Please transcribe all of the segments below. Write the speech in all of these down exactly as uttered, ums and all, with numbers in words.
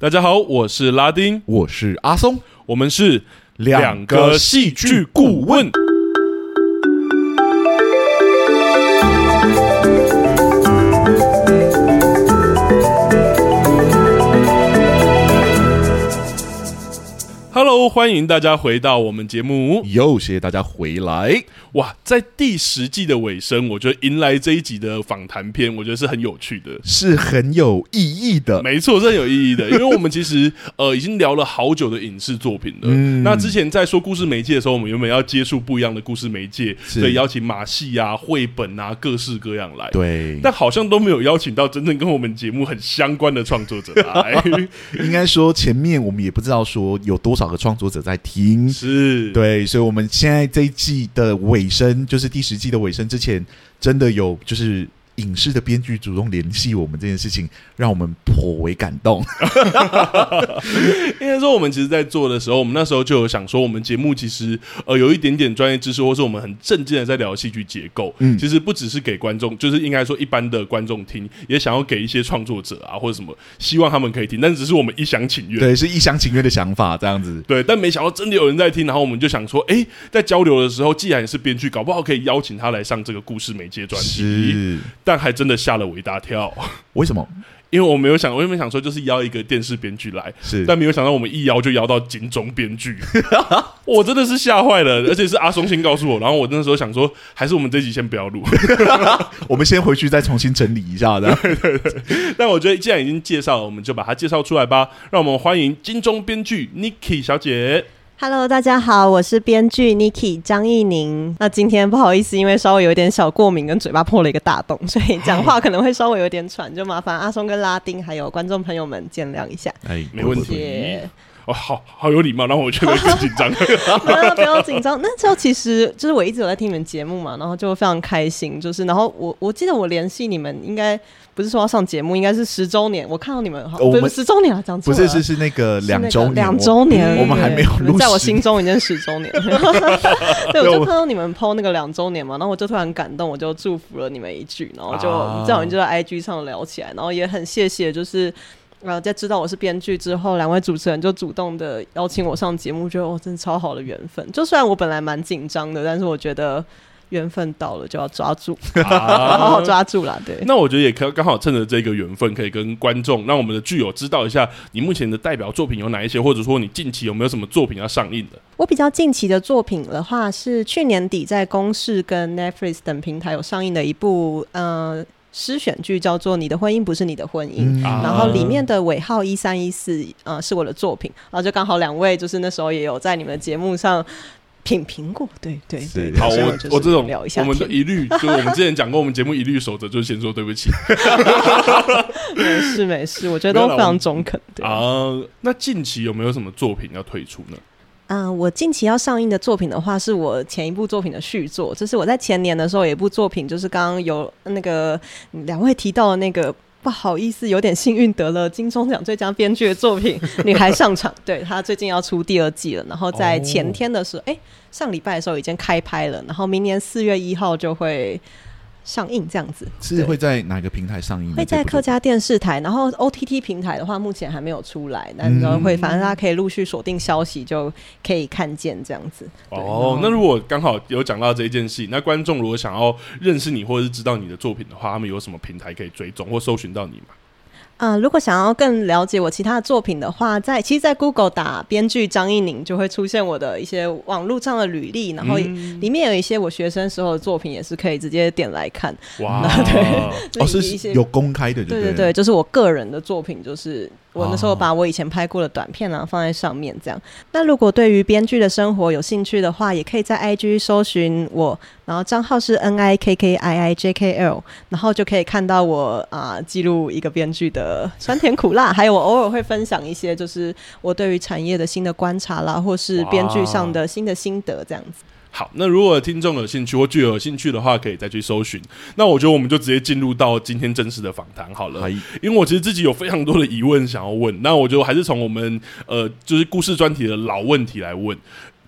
大家好，我是拉丁， 我是阿松， 我们是两个戏剧顾问。Hello， 欢迎大家回到我们节目。 又谢谢大家回来。 哇，在第十季的尾声，我觉得迎来这一集的访谈片，我觉得是很有趣的， 是很有意义的。 没错，是很有意义的，因为我们其实呃已经聊了好久的影视作品了。嗯、那之前在说故事媒介的时候，我们原本要接触不一样的故事媒介，所以邀请马戏啊、绘本啊，各式各样来。 对， 但好像都没有邀请到真正跟我们节目很相关的创作者来。 应该说前面我们也不知道说有多少个创作者在听， 是对，所以我们现在这一季的尾声，就是第十季的尾声之前，真的有就是影视的编剧主动联系我们这件事情，让我们颇为感动。 应该说，我们其实在做的时候，我们那时候就有想说，我们节目其实呃有一点点专业知识，或是我们很正经的在聊戏剧结构。嗯，其实不只是给观众，就是应该说一般的观众听，也想要给一些创作者啊或者什么，希望他们可以听，但只是我们一厢情愿。 对，是一厢情愿的想法这样子。 对，但没想到真的有人在听，然后我们就想说，哎，在交流的时候，既然是编剧，搞不好可以邀请他来上这个故事媒介专题。但还真的吓了我一大跳。 为什么？ 因为我没有想，我原本想说就是邀一个电视编剧来， 是， 但没有想到我们一邀就邀到金钟编剧，我真的是吓坏了，而且是阿松先告诉我，然后我那时候想说，还是我们这集先不要录， 我们先回去再重新整理一下的。 对对对。但我觉得既然已经介绍了，我们就把它介绍出来吧，让我们欢迎金钟编剧 Niki 小姐。 Hello， 大家好，我是编剧 Niki 张艺宁。那今天不好意思，因为稍微有一点小过敏，跟嘴巴破了一个大洞，所以讲话可能会稍微有点喘，就麻烦阿松跟拉丁还有观众朋友们见谅一下。 哎，没问题。哦，好好有礼貌，让我觉得更紧张。 不要不要紧张。那时候其实就是我一直有在听你们节目嘛，然后就非常开心。就是然后我我记得我联系你们，应该不是说要上节目，应该是十周年。我看到你们，好，不是十周年了，讲错了。 不是，是是那个两周年， 两周年， 我们还没有录， 在我心中已经十周年。对，我就看到你们 po 那个两周年嘛，然后我就突然感动，我就祝福了你们一句，然后就正好就在 I G 上聊起来，然后也很谢谢，就是。呃，在知道我是编剧之后，两位主持人就主动的邀请我上节目，觉得哦，真的超好的缘分。就虽然我本来蛮紧张的，但是我觉得缘分到了就要抓住，啊、好好抓住啦。对， 那我觉得也可刚好趁着这个缘分，可以跟观众，让我们的剧友知道一下你目前的代表作品有哪一些，或者说你近期有没有什么作品要上映的。 我比较近期的作品的话，是去年底在公视跟 Netflix 等平台有上映的一部呃。诗选剧叫做《你的婚姻不是你的婚姻》，嗯、然后里面的尾号一三一四呃是我的作品，然后就刚好两位就是那时候也有在你们的节目上品评过，对对对。 好，我我这种聊一下我们的一律，就是我们之前讲过，我们节目一律守则就是先说对不起。 没事没事，我觉得都非常中肯。对啊、 呃，那近期有没有什么作品要推出呢？ 嗯、呃，我近期要上映的作品的话，是我前一部作品的续作。这是我在前年的时候有一部作品，就是刚刚有那个两位提到的那个，不好意思，有点幸运得了金钟奖最佳编剧的作品《女孩上场》。对，他最近要出第二季了，然后在前天的时候，哎、哦，上礼拜的时候已经开拍了，然后明年四月一号就会。上映这样子是会在哪个平台上映？ 会在客家电视台，然后 O T T 平台的话目前还没有出来，但是会反正大家可以陆续锁定消息就可以看见这样子。 哦，那如果刚好有讲到这一件事，那观众如果想要认识你或者是知道你的作品的话，他们有什么平台可以追踪或搜寻到你吗？ 呃，如果想要更了解我其他的作品的话，在其实在 Google 打编剧张艺宁就会出现我的一些网络上的履历，然后里面有一些我学生时候的作品也是可以直接点来看。哇，对， 哦，是有公开的就对了， 对对对，就是我个人的作品，就是我那时候把我以前拍过的短片啊放在上面这样。那如果对于编剧的生活有兴趣的话，也可以在 I G 搜寻我，然后账号是 N I K K I I J K L， 然后就可以看到我啊、呃、记录一个编剧的酸甜苦辣，还有我偶尔会分享一些就是我对于产业的新的观察啦，或是编剧上的新的心得这样子。 好，那如果听众有兴趣或剧友有兴趣的话，可以再去搜寻。那我觉得我们就直接进入到今天正式的访谈好了，因为我其实自己有非常多的疑问想要问，那我就还是从我们呃就是故事专题的老问题来问。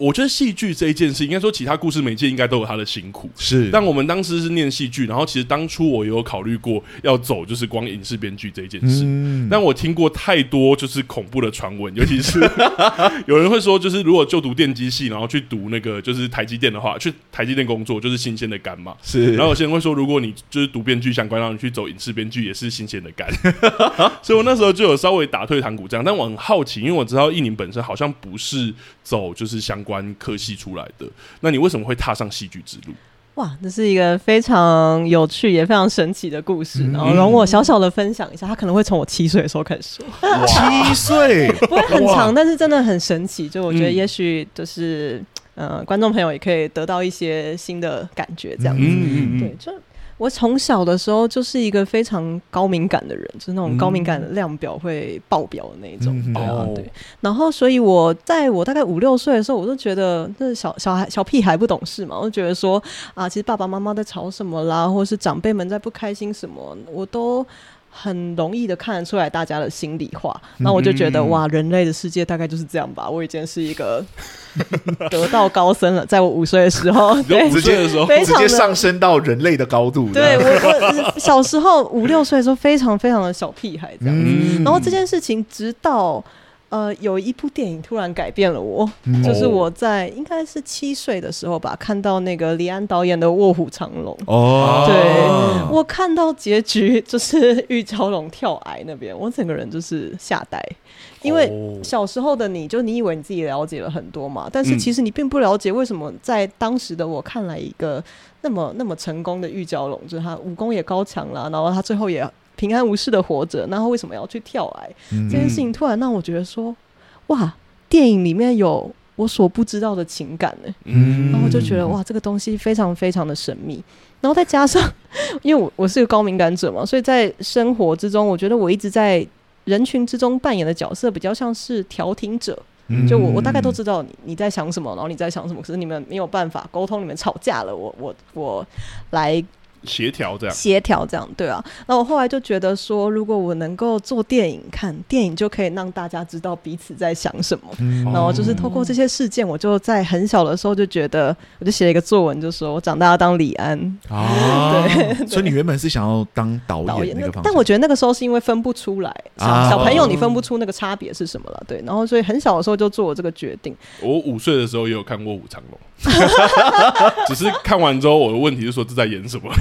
我觉得戏剧这一件事，应该说其他故事媒介应该都有它的辛苦， 是。 但我们当时是念戏剧，然后其实当初我也有考虑过要走就是光影视编剧这一件事，嗯、但我听过太多就是恐怖的传闻，尤其是有人会说，就是如果就读电机系，然后去读那个就是台积电的话，去台积电工作就是新鲜的肝嘛。是。然后有些人会说，如果你就是读编剧相关，让你去走影视编剧也是新鲜的肝。所以我那时候就有稍微打退堂鼓这样，但我很好奇，因为我知道艺宁本身好像不是走就是相关科系出来的，那你为什么会踏上戏剧之路？ 哇，这是一个非常有趣也非常神奇的故事，然后容我小小的分享一下。他可能会从我七岁的时候开始说， 七岁不会很长，但是真的很神奇。就我觉得也许就是、嗯、呃，观众朋友也可以得到一些新的感觉，这样子。嗯、对，就我从小的时候就是一个非常高敏感的人，就是那种高敏感的量表会爆表的那一种。嗯、对啊，对。然后，所以我在我大概五六岁的时候，我就觉得那小小孩小屁孩不懂事嘛，我就觉得说啊，其实爸爸妈妈在吵什么啦，或是长辈们在不开心什么，我都很容易的看得出来大家的心里话。那我就觉得、嗯、哇，人类的世界大概就是这样吧。我已经是一个得道高僧了，在我五岁的时候，对， 直接的时候直接上升到人类的高度。 对，我我小时候五六岁的时候，非常非常的小屁孩这样子。嗯、然后这件事情直到。呃，有一部电影突然改变了我，嗯、就是我在应该是七岁的时候吧，看到那个李安导演的《卧虎藏龙》。哦，对，我看到结局就是玉娇龙跳崖那边，我整个人就是吓呆。因为小时候的你，就你以为你自己了解了很多嘛，但是其实你并不了解为什么在当时的我看来，一个那么那么成功的玉娇龙，就是他武功也高强啦，然后他最后也平安无事的活着，然后为什么要去跳崖？嗯、这件事情突然让我觉得说，哇，电影里面有我所不知道的情感呢、欸。嗯，然后我就觉得哇，这个东西非常非常的神秘。然后再加上，因为我我是个高敏感者嘛，所以在生活之中，我觉得我一直在人群之中扮演的角色比较像是调停者。就我我大概都知道你你在想什么，然后你在想什么，可是你们没有办法沟通，你们吵架了，我我我来。 协调这样， 协调这样，对啊。那我后来就觉得说，如果我能够做电影看，电影就可以让大家知道彼此在想什么。嗯、然后就是透过这些事件，我就在很小的时候就觉得，我就写了一个作文，就说我长大要当李安。啊，对, 对。 所以你原本是想要当导演那个方向， 但我觉得那个时候是因为分不出来，小, 啊、小朋友你分不出那个差别是什么了，对。然后所以很小的时候就做了这个决定。 我五岁的时候也有看过《卧虎藏龙》。只是看完之后，我的问题是说这在演什么？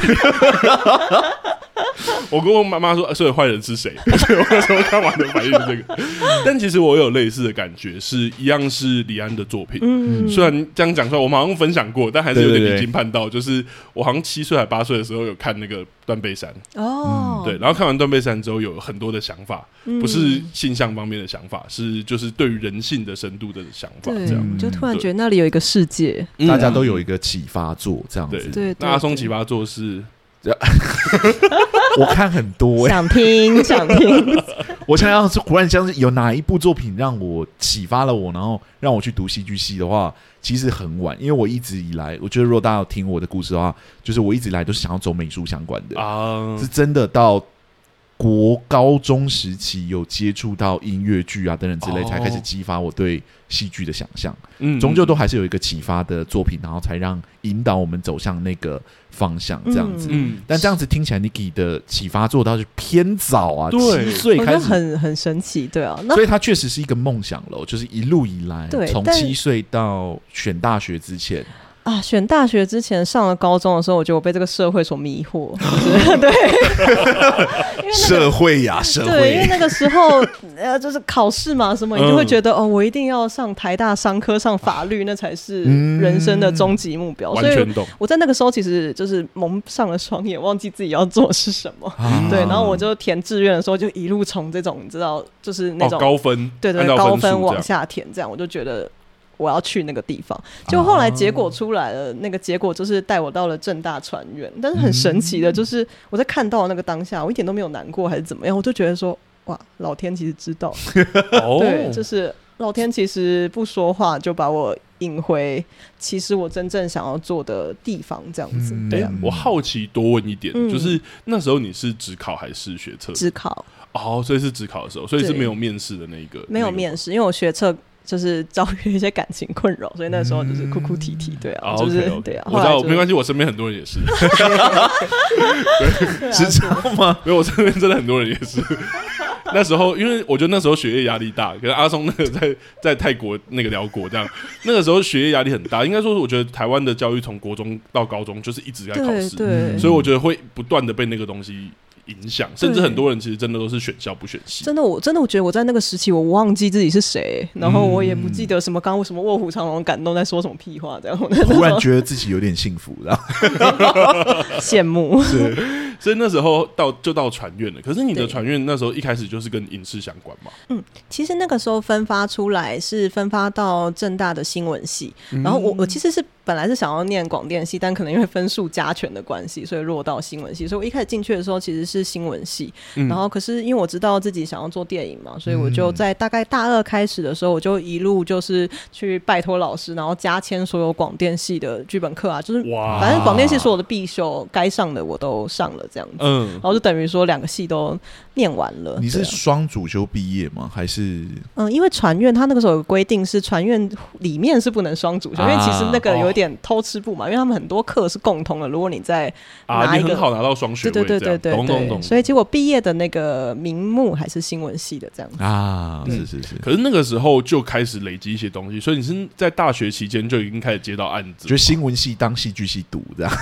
我跟我妈妈说，所以坏人是谁？所以我那时候看完的反应是这个。但其实我有类似的感觉，是一样是李安的作品。嗯，虽然这样讲出来，我们好像分享过，但还是有点离经叛道。就是我好像七岁还八岁的时候有看那个《断背山》哦，对，然后看完《断背山》之后有很多的想法，嗯、不是性向方面的想法，是就是对于人性的深度的想法。这样， 就突然觉得那里有一个世界， 大家都有一个启发作这样子。 对，对对对，那阿松启发作是。 我看很多、欸， 想听想听。 我想要是忽然像是有哪一部作品让我启发了我，然后让我去读戏剧系的话，其实很晚，因为我一直以来，我觉得如果大家有听我的故事的话，就是我一直以来都是想要走美术相关的啊，是真的到国高中时期有接触到音乐剧啊等等之类，才开始激发我对戏剧的想象。嗯，终究都还是有一个启发的作品，然后才让引导我们走向那个方向这样子。嗯，但这样子听起来 Niki 的启发做到是偏早啊，七岁开始， 很很神奇，对啊。 所以它确实是一个梦想了，就是一路以来，从七岁到选大学之前。 啊，选大学之前上了高中的时候，我觉得我被这个社会所迷惑，就是对， 因为、那個、社会呀、啊，社会， 对，因为那个时候呃，就是考试嘛，什么你就会觉得、嗯、哦，我一定要上台大商科，上法律，那才是人生的终极目标。 完全懂。 所以我在那个时候其实就是蒙上了双眼，忘记自己要做的是什么。啊、对，然后我就填志愿的时候，就一路从这种你知道，就是那种、 哦、高分， 对对，高分往下填，这样我就觉得。我要去那个地方，就后来结果出来了，那个结果就是带我到了政大传院。但是很神奇的就是我在看到那个当下，我一点都没有难过还是怎么样，我就觉得说哇，老天其实知道对，就是老天其实不说话就把我引回其实我真正想要做的地方这样子、嗯、对啊。 我好奇多问一点、嗯、就是那时候你是指考还是学测？ 指考哦， 所以是指考的时候，所以是没有面试的那一个， 没有面试，因为我学测就是遭遇一些感情困扰，所以那时候就是哭哭啼啼，对啊， 嗯、 就是、 okay, okay. 对啊， 我知道，没关系，我身边很多人也是， 是这样吗？ 没有，我身边真的很多人也是。那时候，因为我觉得那时候学业压力大，可是阿松那个在在泰国那个辽国这样，那个时候学业压力很大。应该说，我觉得台湾的教育从国中到高中就是一直在考试， 对， 所以我觉得会不断的被那个东西影响，甚至很多人其实真的都是选校不选系。 真的，我真的我觉得我在那个时期，我忘记自己是谁，然后我也不记得什么刚刚什么卧虎藏龙感动在说什么屁话，这样。 突然觉得自己有点幸福了， 羡慕。 是，所以那时候到就到传院了。可是你的传院那时候一开始就是跟影视相关嘛？ 嗯，其实那个时候分发出来是分发到政大的新闻系， 嗯、 然后我我其实是本来是想要念广电系，但可能因为分数加权的关系，所以落到新闻系。所以我一开始进去的时候其实是新闻系，嗯、然后可是因为我知道自己想要做电影嘛，所以我就在大概大二开始的时候，我就一路就是去拜托老师，然后加签所有广电系的剧本课啊，就是反正广电系所有的必修该上的我都上了这样子，嗯，然后就等于说两个系都念完了。 你是双主修毕业吗？还是嗯，因为传院他那个时候有规定是传院里面是不能双主修，啊、因为其实那个有点偷吃步嘛，因为他们很多课是共同的，如果你在拿一个、 啊、你很好拿到双学位， 对对对对对对，所以结果毕业的那个名目还是新闻系的这样子啊，是是是。 可是那个时候就开始累积一些东西，所以你是在大学期间就已经开始接到案子， 就新闻系当戏剧系读这样。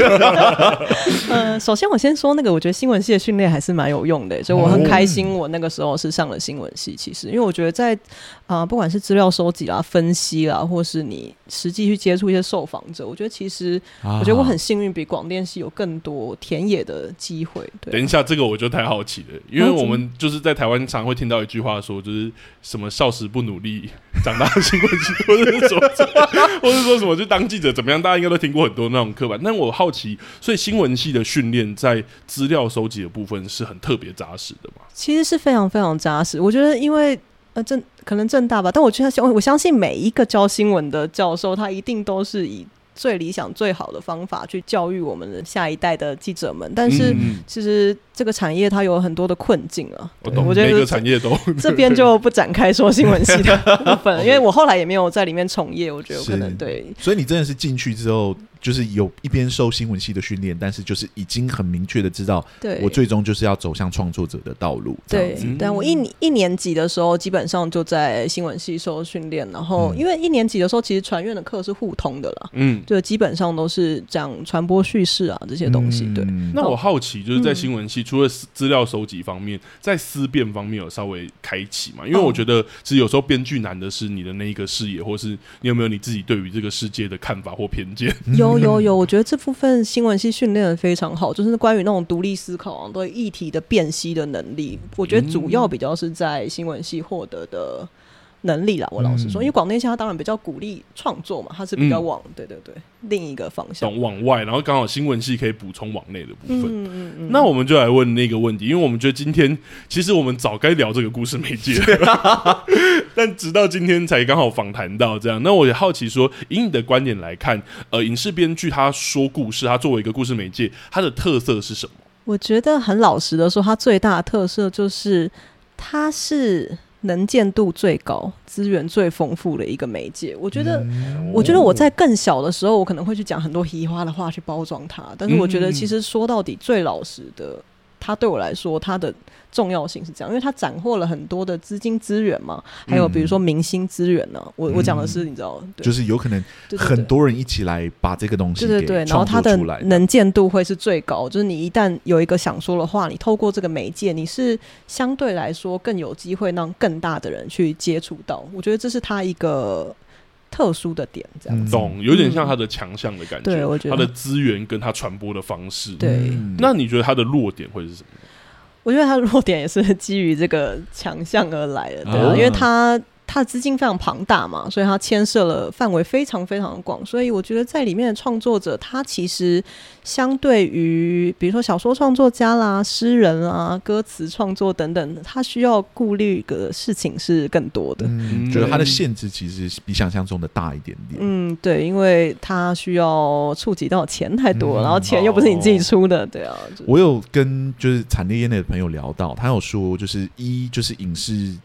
呃，首先我先说那个，我觉得新闻系的训练还是蛮有用的，所以我很开心，我那个时候是上了新闻系。其实，因为我觉得在啊、呃，不管是资料收集啦、分析啦，或是你实际去接触一些受访者，我觉得其实、啊、我觉得我很幸运，比广电系有更多田野的机会。对， 等一下，这个我就太好奇了，因为我们就是在台湾常会听到一句话说，就是什么少时不努力，长大新闻系，或者是说，或者说什么去当记者怎么样，大家应该都听过很多那种刻板。但我好奇，所以新闻系的训练在资料收集的部分是很特别扎实的吗？ 其实是非常非常扎实。我觉得，因为呃，正可能政大吧，但我觉得我相信每一个教新闻的教授，他一定都是以最理想最好的方法去教育我们的下一代的记者们。但是其实这个产业它有很多的困境啊， 我懂， 我觉得每个产业都这边就不展开说新闻系的部分，因为我后来也没有在里面从业，我觉得我可能对。 所以你真的是进去之后，就是有一边受新闻系的训练，但是就是已经很明确的知道，我最终就是要走向创作者的道路。 对，但我一一年级的时候，基本上就在新闻系受训练，然后因为一年级的时候，其实传院的课是互通的啦，嗯，就基本上都是讲传播叙事啊这些东西。嗯、对， 那我好奇就是在新闻系，嗯、除了资料收集方面，在思辨方面有稍微开启嘛？因为我觉得其实有时候编剧难的是你的那一个视野，或是你有没有你自己对于这个世界的看法或偏见。 有有有，我觉得这部分新闻系训练的非常好，就是关于那种独立思考啊，对议题的辨析的能力，我觉得主要比较是在新闻系获得的能力啦。我老实说，因为广电系它当然比较鼓励创作嘛，它是比较往、嗯、对对对另一个方向往外，然后刚好新闻系可以补充往内的部分。嗯嗯嗯，那我们就来问那个问题，因为我们觉得今天其实我们早该聊这个故事媒介了，但直到今天才刚好访谈到这样。那我也好奇说，以你的观点来看，呃，影视编剧他说故事，他作为一个故事媒介，它的特色是什么？ 我觉得很老实的说，它最大的特色就是它是能见度最高、资源最丰富的一个媒介。我觉得、嗯，我觉得我在更小的时候，我可能会去讲很多嘻哈的话去包装它，但是我觉得其实说到底最老实的，它对我来说，它的重要性是这样，因为它斩获了很多的资金资源嘛，还有比如说明星资源呢、啊。我我讲的是，你知道， 就是有可能很多人一起来把这个东西给创作出来的， 对对对，然后它的能见度会是最高。就是你一旦有一个想说的话，你透过这个媒介，你是相对来说更有机会让更大的人去接触到。我觉得这是它一个特殊的点，这样子懂，有点像它的强项的感觉。 对，我觉得它的资源跟它传播的方式。 对， 那你觉得它的弱点会是什么？ 我觉得它的弱点也是基于这个强项而来的，对啊，哦、因为它它的资金非常庞大嘛，所以它牵涉了范围非常非常的广，所以我觉得在里面的创作者，他其实相对于比如说小说创作家啦、诗人啦、歌词创作等等，他需要顾虑的事情是更多的。 嗯，觉得它的限制其实比想象中的大一点点。 嗯，对，因为它需要触及到钱太多了，嗯、然后钱又不是你自己出的，对啊。就是、 我有跟就是产业业内的朋友聊到，他有说，就是一就是影视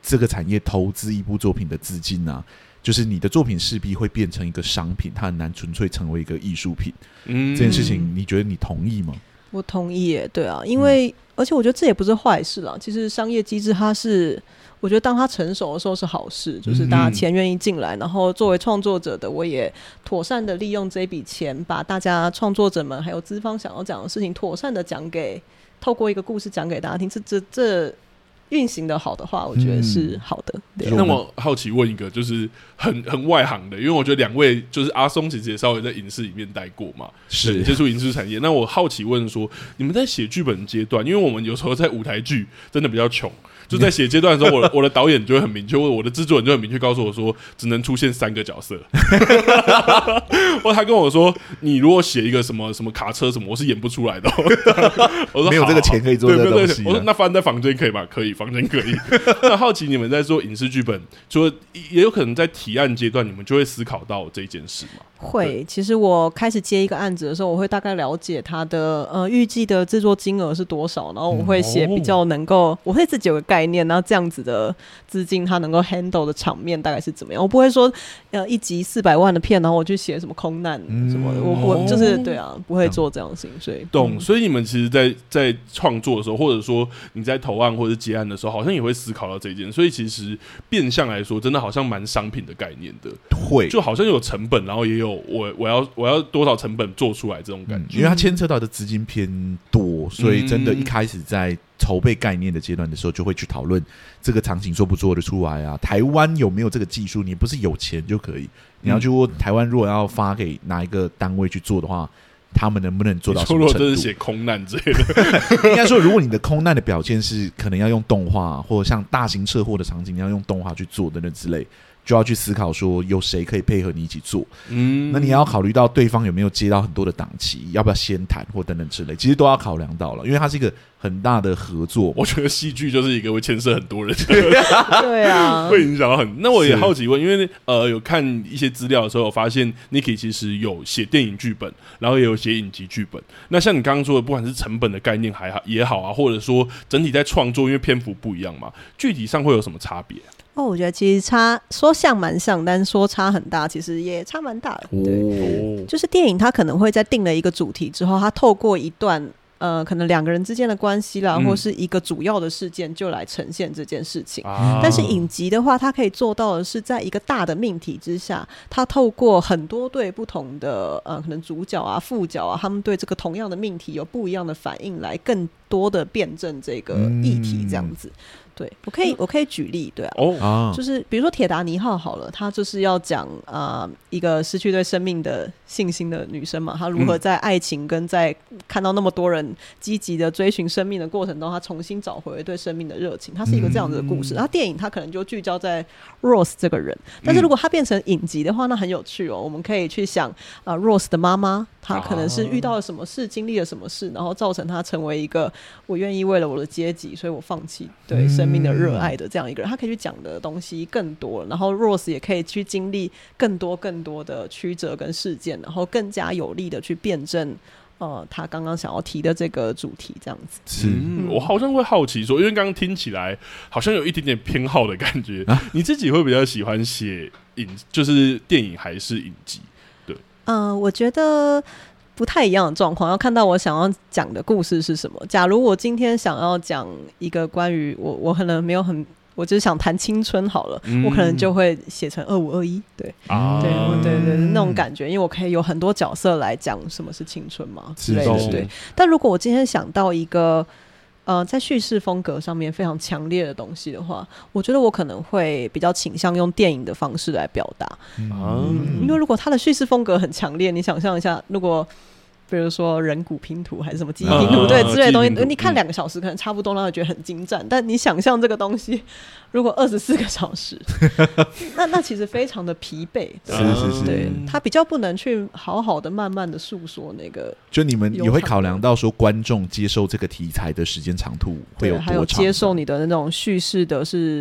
这个产业投资一部作品的资金啊，就是你的作品势必会变成一个商品，它很难纯粹成为一个艺术品。嗯，这件事情你觉得你同意吗？ 我同意耶，对啊，因为、嗯、而且我觉得这也不是坏事啦。其实商业机制它是，我觉得当它成熟的时候是好事，就是大家钱愿意进来、嗯，然后作为创作者的我也妥善的利用这笔钱，把大家创作者们还有资方想要讲的事情妥善的讲给，透过一个故事讲给大家听，这这这。运行的好的话，我觉得是好的。嗯、 那我好奇问一个，就是很很外行的，因为我觉得两位就是阿松其实也稍微在影视里面待过嘛，是接触影视产业。那我好奇问说，你们在写剧本阶段，因为我们有时候在舞台剧真的比较穷。就在写阶段的时候，我的我的导演就会很明确，我的制作人就很明确告诉我说，只能出现三个角色。或他跟我说，你如果写一个什么什么卡车什么，我是演不出来的、哦。我说没有这个钱可以做这个东西。 我说那放在房间可以吗？可以，房间可以。那好奇你们在做影视剧本，除了也有可能在提案阶段，你们就会思考到这件事吗？ 会，其实我开始接一个案子的时候，我会大概了解它的呃预计的制作金额是多少，然后我会写比较能够、嗯哦，我会自己有个概念，然后这样子的资金它能够 handle 的场面大概是怎么样。我不会说呃一集四百万的片，然后我去写什么空难、嗯、什么的，我我就是对啊，不会做这样的事情。所以懂、嗯，所以你们其实在，在在创作的时候，或者说你在投案或者接案的时候，好像也会思考到这一件。所以其实变相来说，真的好像蛮商品的概念的， 会就好像有成本，然后也有我我要我要多少成本做出来这种感觉， 嗯、因为它牵扯到的资金偏多，所以真的一开始在筹备概念的阶段的时候，就会去讨论这个场景做不做得出来啊？台湾有没有这个技术？你不是有钱就可以，你要去问台湾，如果要发给哪一个单位去做的话，他们能不能做到什么程度？ 如果真是写空难之类的， 应该说，如果你的空难的表现是可能要用动画，或者像大型车祸的场景，你要用动画去做的那之类。就要去思考说有谁可以配合你一起做，嗯，那你要考虑到对方有没有接到很多的档期，要不要先谈或等等之类，其实都要考量到了，因为它是一个很大的合作。 我觉得戏剧就是一个会牵涉很多人的， 对啊， 会影响到很。那我也好奇问，因为呃有看一些资料的时候，我发现 Niki 其实有写电影剧本，然后也有写影集剧本。那像你刚刚说的，不管是成本的概念还好也好啊，或者说整体在创作，因为篇幅不一样嘛，具体上会有什么差别？ 哦，我觉得其实差说像蛮像，但是说差很大，其实也差蛮大的。对，哦、就是电影它可能会在定了一个主题之后，它透过一段呃，可能两个人之间的关系啦、嗯，或是一个主要的事件，就来呈现这件事情。啊、但是影集的话，它可以做到的是，在一个大的命题之下，它透过很多对不同的呃，可能主角啊、副角啊，他们对这个同样的命题有不一样的反应，来更多的辩证这个议题，这样子。嗯对，我可以，我可以举例，对啊，哦、就是比如说铁达尼号好了，他就是要讲呃一个失去对生命的信心的女生嘛，她如何在爱情跟在看到那么多人积极的追寻生命的过程中，她重新找回对生命的热情，它是一个这样子的故事。然后电影它可能就聚焦在 Rose 这个人，但是如果它变成影集的话，那很有趣哦，我们可以去想啊、呃、Rose 的妈妈。他可能是遇到了什么事，经历了什么事，然后造成他成为一个我愿意为了我的阶级，所以我放弃对生命的热爱的这样一个人。他可以去讲的东西更多了，然后 Rose 也可以去经历更多更多的曲折跟事件，然后更加有力的去辩证呃，他刚刚想要提的这个主题，这样子。 是、嗯，我好像会好奇说，因为刚刚听起来好像有一点点偏好的感觉，啊、你自己会比较喜欢写影，就是电影还是影集？ 嗯、呃，我觉得不太一样的状况，要看到我想要讲的故事是什么。假如我今天想要讲一个关于我，我可能没有很，我只是想谈青春好了，嗯、我可能就会写成二五二一，对，啊、对，对，对，那种感觉，因为我可以有很多角色来讲什么是青春嘛之类的，对。但如果我今天想到一个。呃，在叙事风格上面非常强烈的东西的话，我觉得我可能会比较倾向用电影的方式来表达。嗯，嗯因为如果它的叙事风格很强烈，你想象一下，如果比如说人骨拼图还是什么记忆拼图、啊、对之类的东西，你看两个小时可能差不多，然后觉得很精湛。但你想象这个东西，如果二十四个小时，那那其实非常的疲惫。 是是是， 对，他比较不能去好好的、慢慢的诉说那个。 就你们也会考量到说，观众接受这个题材的时间长度会有多长， 还有接受你的那种叙事的是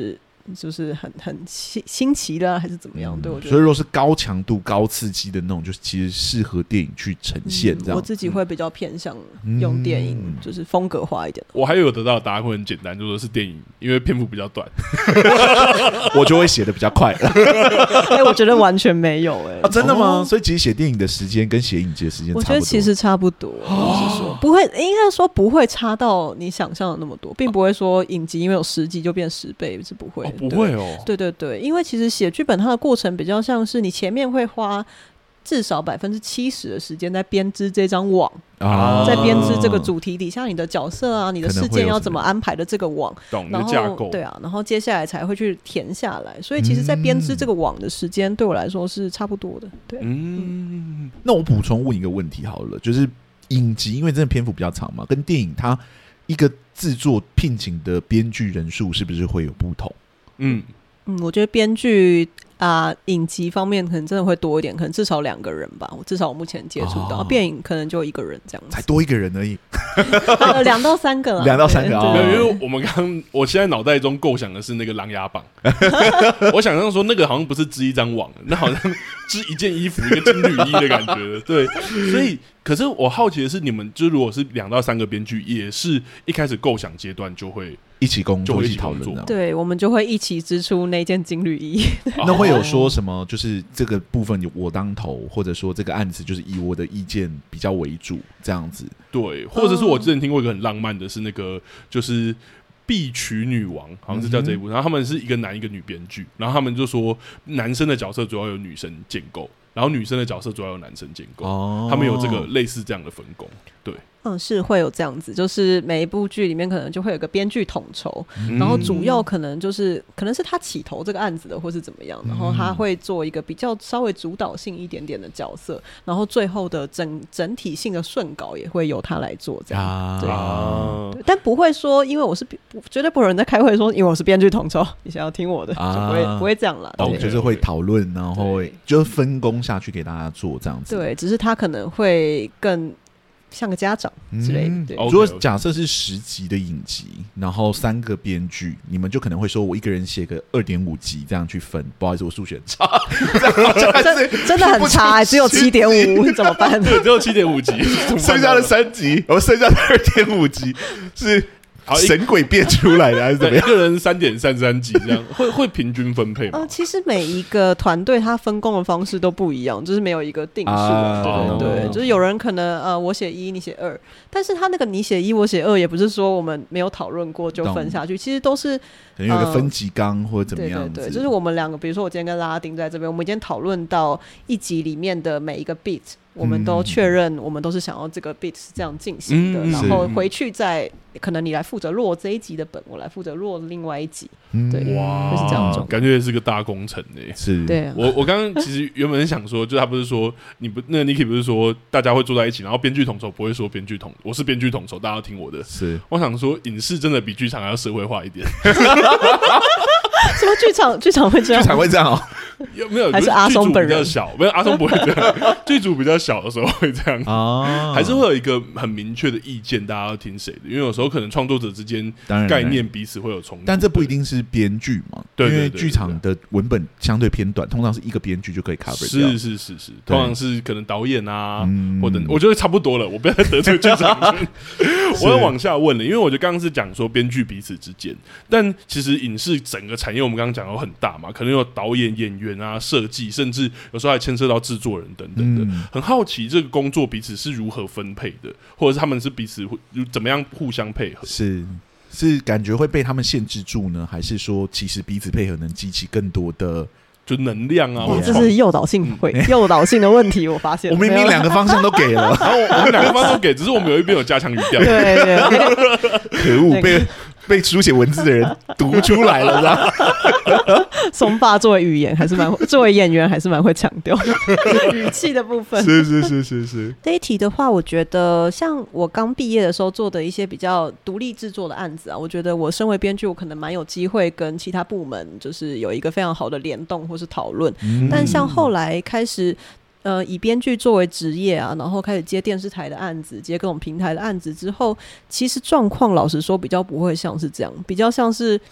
就是很很新新奇的、啊、还是怎么样、嗯、对，我觉得所以如果是高强度高刺激的那种，就是其实适合电影去呈现这样、 嗯、我自己会比较偏向用电影、嗯、就是风格化一点。 我还有得到的答案会很简单，就说是电影，因为篇幅比较短我就会写的比较快哎、欸，我觉得完全没有哎、欸啊，真的吗、哦？所以其实写电影的时间跟写影集的时间差不多， 我觉得其实差不多，哦、是说不会，应该说不会差到你想象的那么多，并不会说影集因为有十集就变十倍，是不会、 哦，不会哦。 对对对，因为其实写剧本它的过程比较像是你前面会花至少百分之七十的时间在编织这张网、啊、在编织这个主题底下你的角色啊，你的事件要怎么安排的这个网， 懂的架构， 对啊，然后接下来才会去填下来，所以其实在编织这个网的时间对我来说是差不多的。对，嗯， 那我补充问一个问题好了，就是影集因为真的篇幅比较长嘛，跟电影它一个制作聘请的编剧人数是不是会有不同？ 嗯嗯，我觉得编剧啊、呃，影集方面可能真的会多一点，可能至少两个人吧。我至少我目前接触到，电、哦、影可能就一个人这样子， 才多一个人而已， 呃，两到三个， 两到三个啊。 没有，因为我们刚，我现在脑袋中构想的是那个《琅琊榜》，我想象说那个好像不是织一张网，那好像织一件衣服、一个金缕衣的感觉。对，所以。可是我好奇的是，你们就如果是两到三个编剧，也是一开始构想阶段就会一起工作、 就会一起讨论， 对，我们就会一起织出那件金缕衣。 那会有说什么？就是这个部分我当头，或者说这个案子就是以我的意见比较为主，这样子。 对，或者是我之前听过一个很浪漫的，是那个就是《必娶女王》，好像是叫这一部、嗯，然后他们是一个男一个女编剧，然后他们就说男生的角色主要由女生建构。然后女生的角色主要由男生建构、哦，他们有这个类似这样的分工，对， 嗯，是会有这样子，就是每一部剧里面可能就会有个编剧统筹、嗯，然后主要可能就是可能是他起头这个案子的，或是怎么样，然后他会做一个比较稍微主导性一点点的角色，然后最后的整整体性的顺稿也会由他来做，这样，啊、对, 、啊、对，但不会说，因为我是绝对不会有人在开会说，因为我是编剧统筹，你想要听我的，啊、就不会不会这样啦， 对，就是会讨论，然后就是分工下去给大家做这样子， 对，只是他可能会更像个家长之类的。嗯、对， 如果假设是十集的影集，然后三个编剧，你们就可能会说我一个人写个二点五集这样去分。不好意思，我数学很差， 真, 真的很差、欸，只有七点五，怎么办？ 对，只有七点五集， 剩下的三集，我剩下的二点五集是。神鬼变出来的还是怎么样？ 一个人三点三三集这样，会会平均分配吗？ 呃，其实每一个团队他分工的方式都不一样，就是没有一个定数、啊，对对对、哦，就是有人可能呃我写一，你写二，但是他那个你写一，我写二，也不是说我们没有讨论过就分下去，其实都是可能有一个分级纲或者怎么样子、 呃、对对对，就是我们两个，比如说我今天跟拉丁在这边，我们今天讨论到一集里面的每一个 beat。我们都确认，我们都是想要这个 beat 是这样进行的、嗯，然后回去再可能你来负责落这一集的本，我来负责落另外一集，嗯、对， 哇， 就是这样子， 感觉是个大工程诶、欸。 是， 对、啊， 我我刚刚其实原本想说，就是他不是说你不那个 Niki 不是说大家会坐在一起，然后编剧统筹不会说编剧统，我是编剧统筹，大家要听我的。 是， 我想说影视真的比剧场还要社会化一点。 什么剧场？剧场会这样？ 剧场会这样哦？ 有没有？ 还是阿松本人比较小？没有，阿松不会这样。剧组比较小的时候会这样啊，还是会有一个很明确的意见，大家要听谁的？因为有时候可能创作者之间概念彼此会有冲突， 但这不一定是编剧嘛？ 对， 因为剧场的文本相对偏短，通常是一个编剧就可以 cover 掉。 是是是是，通常是可能导演啊，嗯、或者我觉得差不多了，我不要再得罪剧场。我要往下问了，因为我觉得刚刚是讲说编剧彼此之间，但其实影视整个产业我们刚刚讲有很大嘛，可能有导演、演员啊、设计，甚至有时候还牵涉到制作人等等的。嗯、很好奇这个工作彼此是如何分配的，或者是他们是彼此怎么样互相配合？ 是是感觉会被他们限制住呢，还是说其实彼此配合能激起更多的？ 就能量啊， 哇，这是诱导性会诱导性的问题，我发现我明明两个方向都给了， 然后我们两个方向都给，只是我们有一边有加强语调， 对对， 可恶，被被书写文字的人读出来了，知道？ 松爸作为语言还是蛮，作为演员还是蛮会强调语气的部分。 是是是是是。 这一题的话，我觉得像我刚毕业的时候做的一些比较独立制作的案子啊，我觉得我身为编剧，我可能蛮有机会跟其他部门就是有一个非常好的联动或是讨论。嗯、但像后来开始。呃，以编剧作为职业啊，然后开始接电视台的案子，接各种平台的案子之后，其实状况老实说比较不会像是这样，比较像是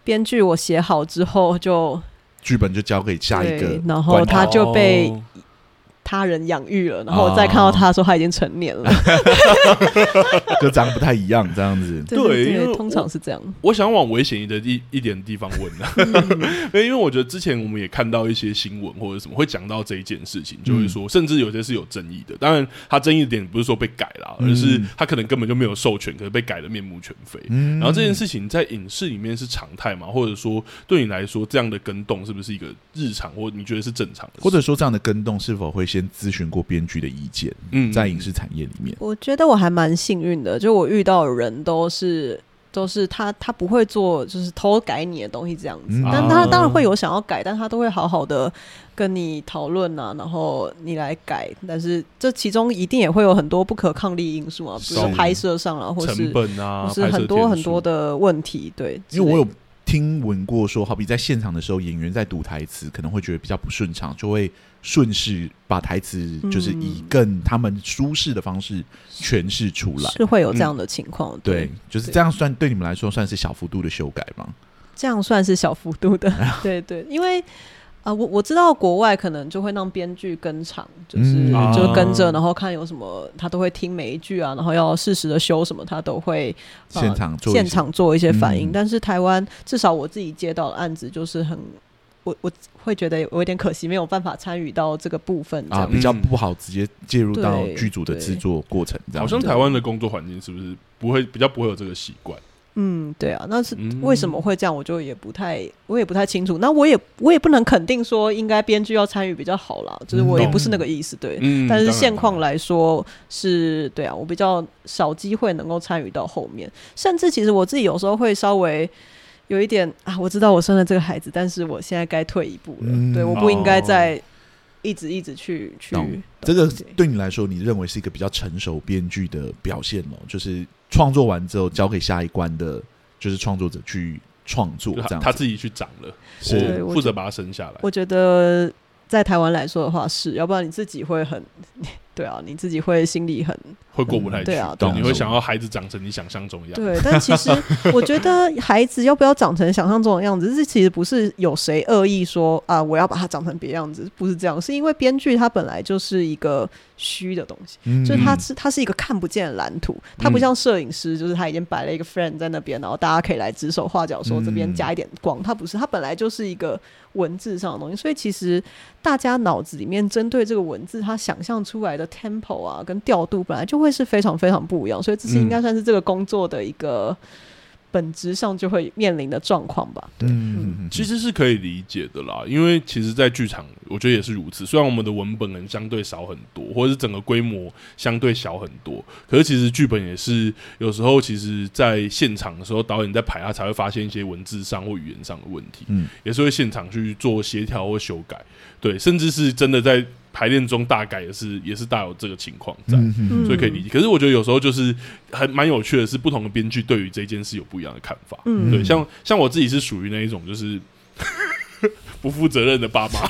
编剧我写好之后就剧本就交给下一个， 然后他就被他人养育了，然后我再看到他的时候他已经成年了， 就长得不太一样这样子。 对对对，通常是这样。 我想往危险一的一一点的地方问啊，嗯、因为我觉得之前我们也看到一些新闻或者什么会讲到这一件事情，就会说，甚至有些是有争议的。当然，他争议的点不是说被改啦，而是他可能根本就没有授权，可是被改得面目全非。嗯、然后这件事情在影视里面是常态嘛，或者说对你来说，这样的更动是不是一个日常，或你觉得是正常的事？ 或者说这样的更动是否会先咨询过编剧的意见？嗯，在影视产业里面， 我觉得我还蛮幸运的，就我遇到的人都是都是他他不会做就是偷改你的东西这样子，嗯、但他当然会有想要改，但他都会好好的跟你讨论啊，然后你来改，但是这其中一定也会有很多不可抗力因素啊，比如说拍摄上啊，或是成本啊， 或是很多很多的问题。对， 因为我有听闻过说，好比在现场的时候，演员在读台词可能会觉得比较不顺畅，就会顺势把台词就是以更他们舒适的方式诠释出来， 是会有这样的情况。嗯、 对, 对，就是这样算对你们来说算是小幅度的修改吗？ 这样算是小幅度的，对对，因为。啊、我我知道国外可能就会让编剧跟场，就是、嗯、就跟着，然后看有什么，他都会听每一句啊，然后要适时的修什么，他都会、 呃、现场做现场做一些反应。 嗯、 但是台湾至少我自己接到的案子就是很，我我会觉得有一点可惜，没有办法参与到这个部分啊，比较不好直接介入到剧组的制作过程这样。 好像台湾的工作环境是不是不会比较不会有这个习惯？ 嗯，对啊，那是为什么会这样，我就也不太，我也不太清楚。那我也我也不能肯定说应该编剧要参与比较好啦，就是我也不是那个意思，对。嗯、但是现况来说是，对啊，我比较少机会能够参与到后面，甚至其实我自己有时候会稍微有一点啊，我知道我生了这个孩子，但是我现在该退一步了，嗯、对，我不应该再一直一直去去。 这个对你来说，你认为是一个比较成熟编剧的表现咯？就是创作完之后交给下一关的，就是创作者去创作，这样 他, 他自己去长了， 是负责把它生下来。 我觉得在台湾来说的话是，要不然你自己会很，对啊，你自己会心里很会过不太去， 对啊， 对，你会想要孩子长成你想象中的样子。 对，但其实我觉得孩子要不要长成想象中的样子，这其实不是有谁恶意说啊，我要把它长成别样子，不是这样，是因为编剧它本来就是一个虚的东西，嗯、就是它是它是一个看不见的蓝图，它不像摄影师，就是他已经摆了一个 frame 在那边，然后大家可以来指手画脚说这边加一点光，它不是，它本来就是一个文字上的东西，所以其实大家脑子里面针对这个文字，它想象出来的 tempo 啊跟调度本来就会是非常非常不一样，所以这是应该算是这个工作的一个本质上就会面临的状况吧。对， 嗯，其实是可以理解的啦，因为其实在剧场我觉得也是如此，虽然我们的文本人相对少很多，或者是整个规模相对小很多，可是其实剧本也是有时候其实在现场的时候导演在排他才会发现一些文字上或语言上的问题，嗯，也是会现场去做协调或修改，对，甚至是真的在排练中大概也是也是大有这个情况在，嗯、所以可以理解。可是我觉得有时候就是很蛮有趣的是，不同的编剧对于这件事有不一样的看法。嗯、对，像像我自己是属于那一种就是不负责任的爸妈，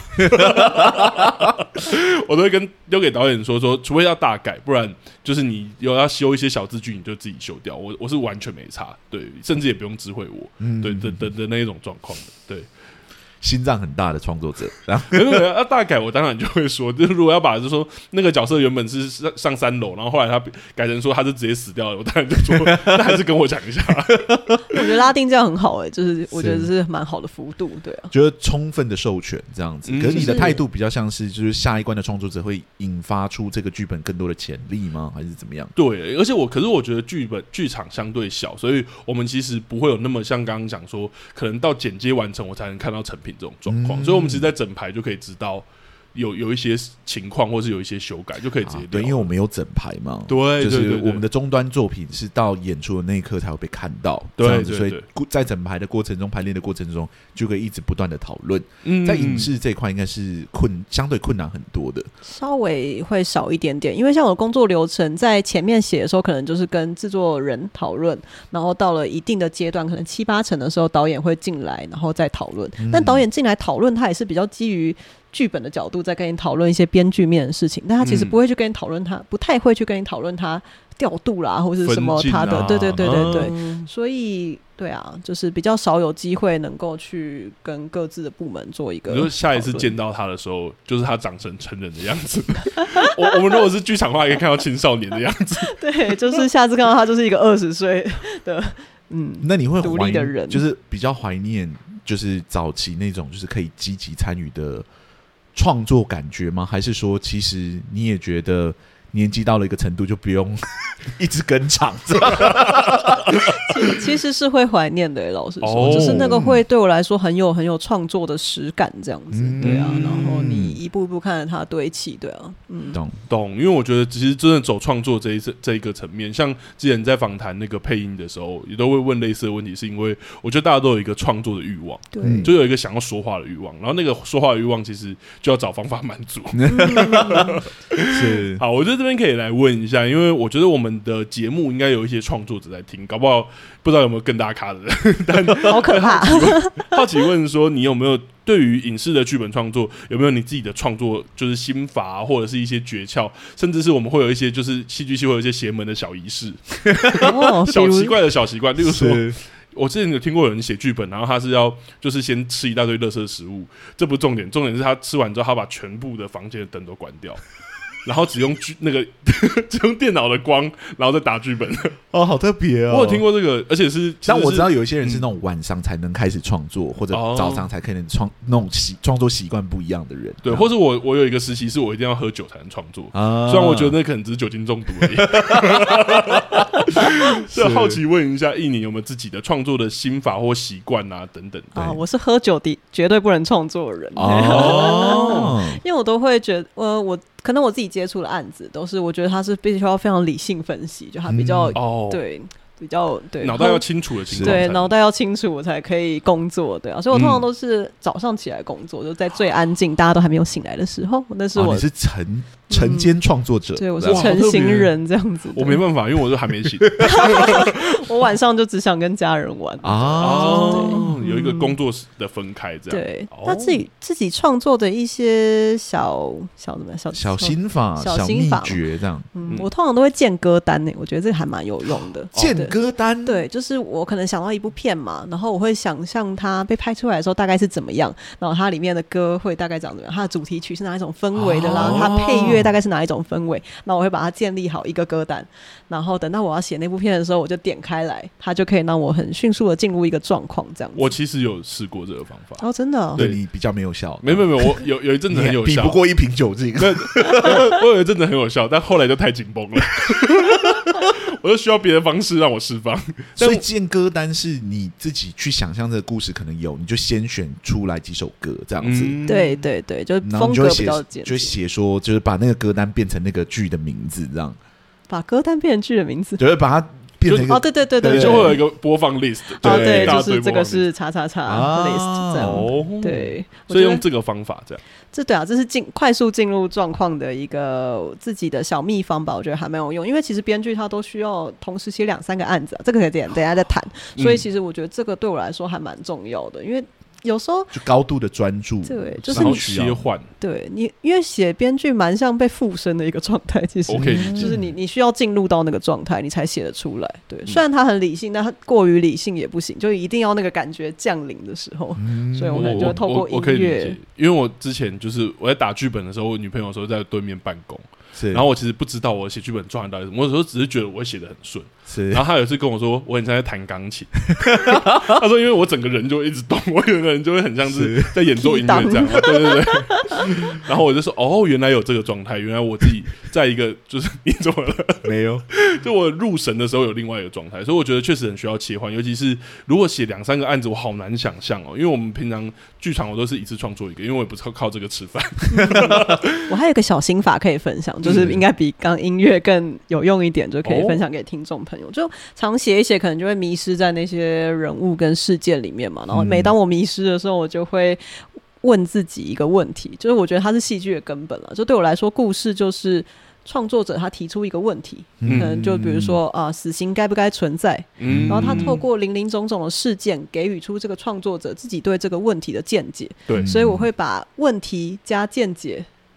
我都会跟丢给导演说说，除非要大改，不然就是你有要修一些小字句，你就自己修掉。我我是完全没差，对，甚至也不用知会我，嗯、对的的的那一种状况的，对。 心脏很大的创作者， 没有要大改，我当然就会说，就是如果要把就是说那个角色原本是上上三楼，然后后来他改成说他是直接死掉了，我当然就说那还是跟我讲一下。 我觉得拉丁这样很好哎、欸，就是我觉得是蛮好的幅度，对啊， 觉得充分的授权这样子。嗯、可是你的态度比较像是，就是下一关的创作者会引发出这个剧本更多的潜力吗？还是怎么样？ 对，而且我可是我觉得剧本剧场相对小，所以我们其实不会有那么像刚刚讲说，可能到剪接完成我才能看到成品这种状况，嗯、所以我们其实在整排就可以知道有有一些情况，或是有一些修改，就可以直接、啊、 对，因为我们有整排嘛， 对， 就是我们的终端作品是到演出的那一刻才会被看到， 对， 这样子，所以在整排的过程中、排练的过程中，就可以一直不断的讨论。嗯，在影视这一块应该是困相对困难很多的， 稍微会少一点点，因为像我的工作流程在前面写的时候，可能就是跟制作人讨论，然后到了一定的阶段，可能七八成的时候，导演会进来，然后再讨论。嗯、但导演进来讨论，他也是比较基于剧本的角度在跟你讨论一些编剧面的事情，但他其实不会去跟你讨论他，不太会去跟你讨论他调度啦，或是什么他的， 啊、 对对对对对， 啊、 所以对啊，就是比较少有机会能够去跟各自的部门做一个。 你说下一次见到他的时候，就是他长成成人的样子。我我们如果是剧场化，可以看到青少年的样子。 对，就是下次看到他就是一个二十岁的嗯， 那你会独立的人， 就是比较怀念，就是早期那种就是可以积极参与的创作感觉吗？还是说，其实你也觉得？年纪到了一个程度，就不用一直跟场其, 其实是会怀念的，老实说， 哦、 就是那个会对我来说很有很有创作的实感，这样子，嗯、对啊。然后你一步一步看着它堆砌，对啊，嗯， 懂懂。因为我觉得其实真的走创作这一这一个层面，像之前在访谈那个配音的时候，也都会问类似的问题，是因为我觉得大家都有一个创作的欲望， 对， 就有一个想要说话的欲望，然后那个说话的欲望其实就要找方法满足。 嗯、 是好，我觉得这边可以来问一下，因为我觉得我们的节目应该有一些创作者在听，搞不好不知道有没有更大咖的人，但好可怕。 好奇问说，你有没有对于影视的剧本创作，有没有你自己的创作就是心法、啊，或者是一些诀窍，甚至是我们会有一些就是戏剧系会有一些邪门的小仪式，哦、小奇怪的小习惯，例如说。我之前有听过有人写剧本，然后他是要就是先吃一大堆垃圾食物，这不是重点，重点是他吃完之后，他把全部的房间的灯都关掉，然后只用那个只用电脑的光，然后再打剧本。 哦，好特别哦！ 我有听过这个，而且是， 但我知道有一些人是那种晚上才能开始创作，嗯、或者早上才可能创那种习创作习惯不一样的人。 对，或者我我有一个实习是我一定要喝酒才能创作，啊、虽然我觉得那可能只是酒精中毒而已。所以好奇问一下，一年有没有自己的创作的心法或习惯啊等等？ 啊，我是喝酒的绝对不能创作的人。 哦， 因为我都会觉得，呃，我可能我自己接触的案子都是，我觉得他是必须要非常理性分析，就他比较、嗯、对。比较对脑袋要清楚的情况， 对脑袋要清楚，我才可以工作，对啊，所以我通常都是早上起来工作，嗯、就在最安静、大家都还没有醒来的时候。那是我、 哦、你是晨晨间创作者， 嗯、对，我是晨型人这样子。 我没办法，因为我都还没醒。 我晚上就只想跟家人玩啊， 哦，有一个工作室的分开这样。 对，那、哦、自己自己创作的一些小小什么小小心法、小秘诀这样。 嗯，我通常都会建歌单呢，我觉得这个还蛮有用的。 建歌单， 对，就是我可能想到一部片嘛，然后我会想象它被拍出来的时候大概是怎么样，然后它里面的歌会大概长怎么样，它的主题曲是哪一种氛围的，然后它配乐大概是哪一种氛围，那我会把它建立好一个歌单，然后等到我要写那部片的时候，我就点开来，它就可以让我很迅速的进入一个状况，这样子。 我其实有试过这个方法， 哦，真的、哦， 对你比较没有效， 没有没有，我有有一阵子很有效， 比不过一瓶酒这个， 我有一阵子很有效，但后来就太紧绷了。我就需要别的方式让我释放。 所以建歌单是你自己去想象这个故事可能有，你就先选出来几首歌这样子。 嗯、对对对，就风格比较简单， 就写说就是把那个歌单变成那个剧的名字，这样。 把歌单变成剧的名字， 就是把它变成一个哦，对对对 对, 对, 对，就会有一个播放 list。 哦，对，就是这个是叉叉叉 list 这样。 哦， 对， 所以用这个方法这样。 这对啊，这是进快速进入状况的一个自己的小秘方吧，我觉得还蛮有用。因为其实编剧他都需要同时写两三个案子、啊，这个可以等等一下再谈。所以其实我觉得这个对我来说还蛮重要的，因为有时候就高度的专注， 对，就是你切换， 对你，因为写编剧蛮像被附身的一个状态，其实 OK， 就是你你需要进入到那个状态，你才写得出来。对，虽然他很理性，但他过于理性也不行，就一定要那个感觉降临的时候。嗯、所以我可能就透过音乐， 因为我之前就是我在打剧本的时候，我女朋友有时候在对面办公。然后我其实不知道我写剧本状态到底是什么，我有时候只是觉得我会写得很顺。然后他有一次跟我说，我很像在弹钢琴。他说，因为我整个人就一直动，我有个人就会很像是在演奏音乐这样。对对对。然后我就说，哦，原来有这个状态，原来我自己在一个就是你怎么了？ 没有， 就我入神的时候有另外一个状态，所以我觉得确实很需要切换，尤其是如果写两三个案子，我好难想象哦，因为我们平常剧场我都是一次创作一个，因为我也不是靠靠这个吃饭。 我还有一个小心法可以分享。就是应该比刚音乐更有用一点，就可以分享给听众朋友。就常写一写，可能就会迷失在那些人物跟事件里面嘛。然后每当我迷失的时候，我就会问自己一个问题，就是我觉得它是戏剧的根本了。就对我来说，故事就是创作者他提出一个问题，嗯、可能就比如说啊、呃，死刑该不该存在？嗯、然后他透过林林总总的事件，给予出这个创作者自己对这个问题的见解。 对， 所以我会把问题加见解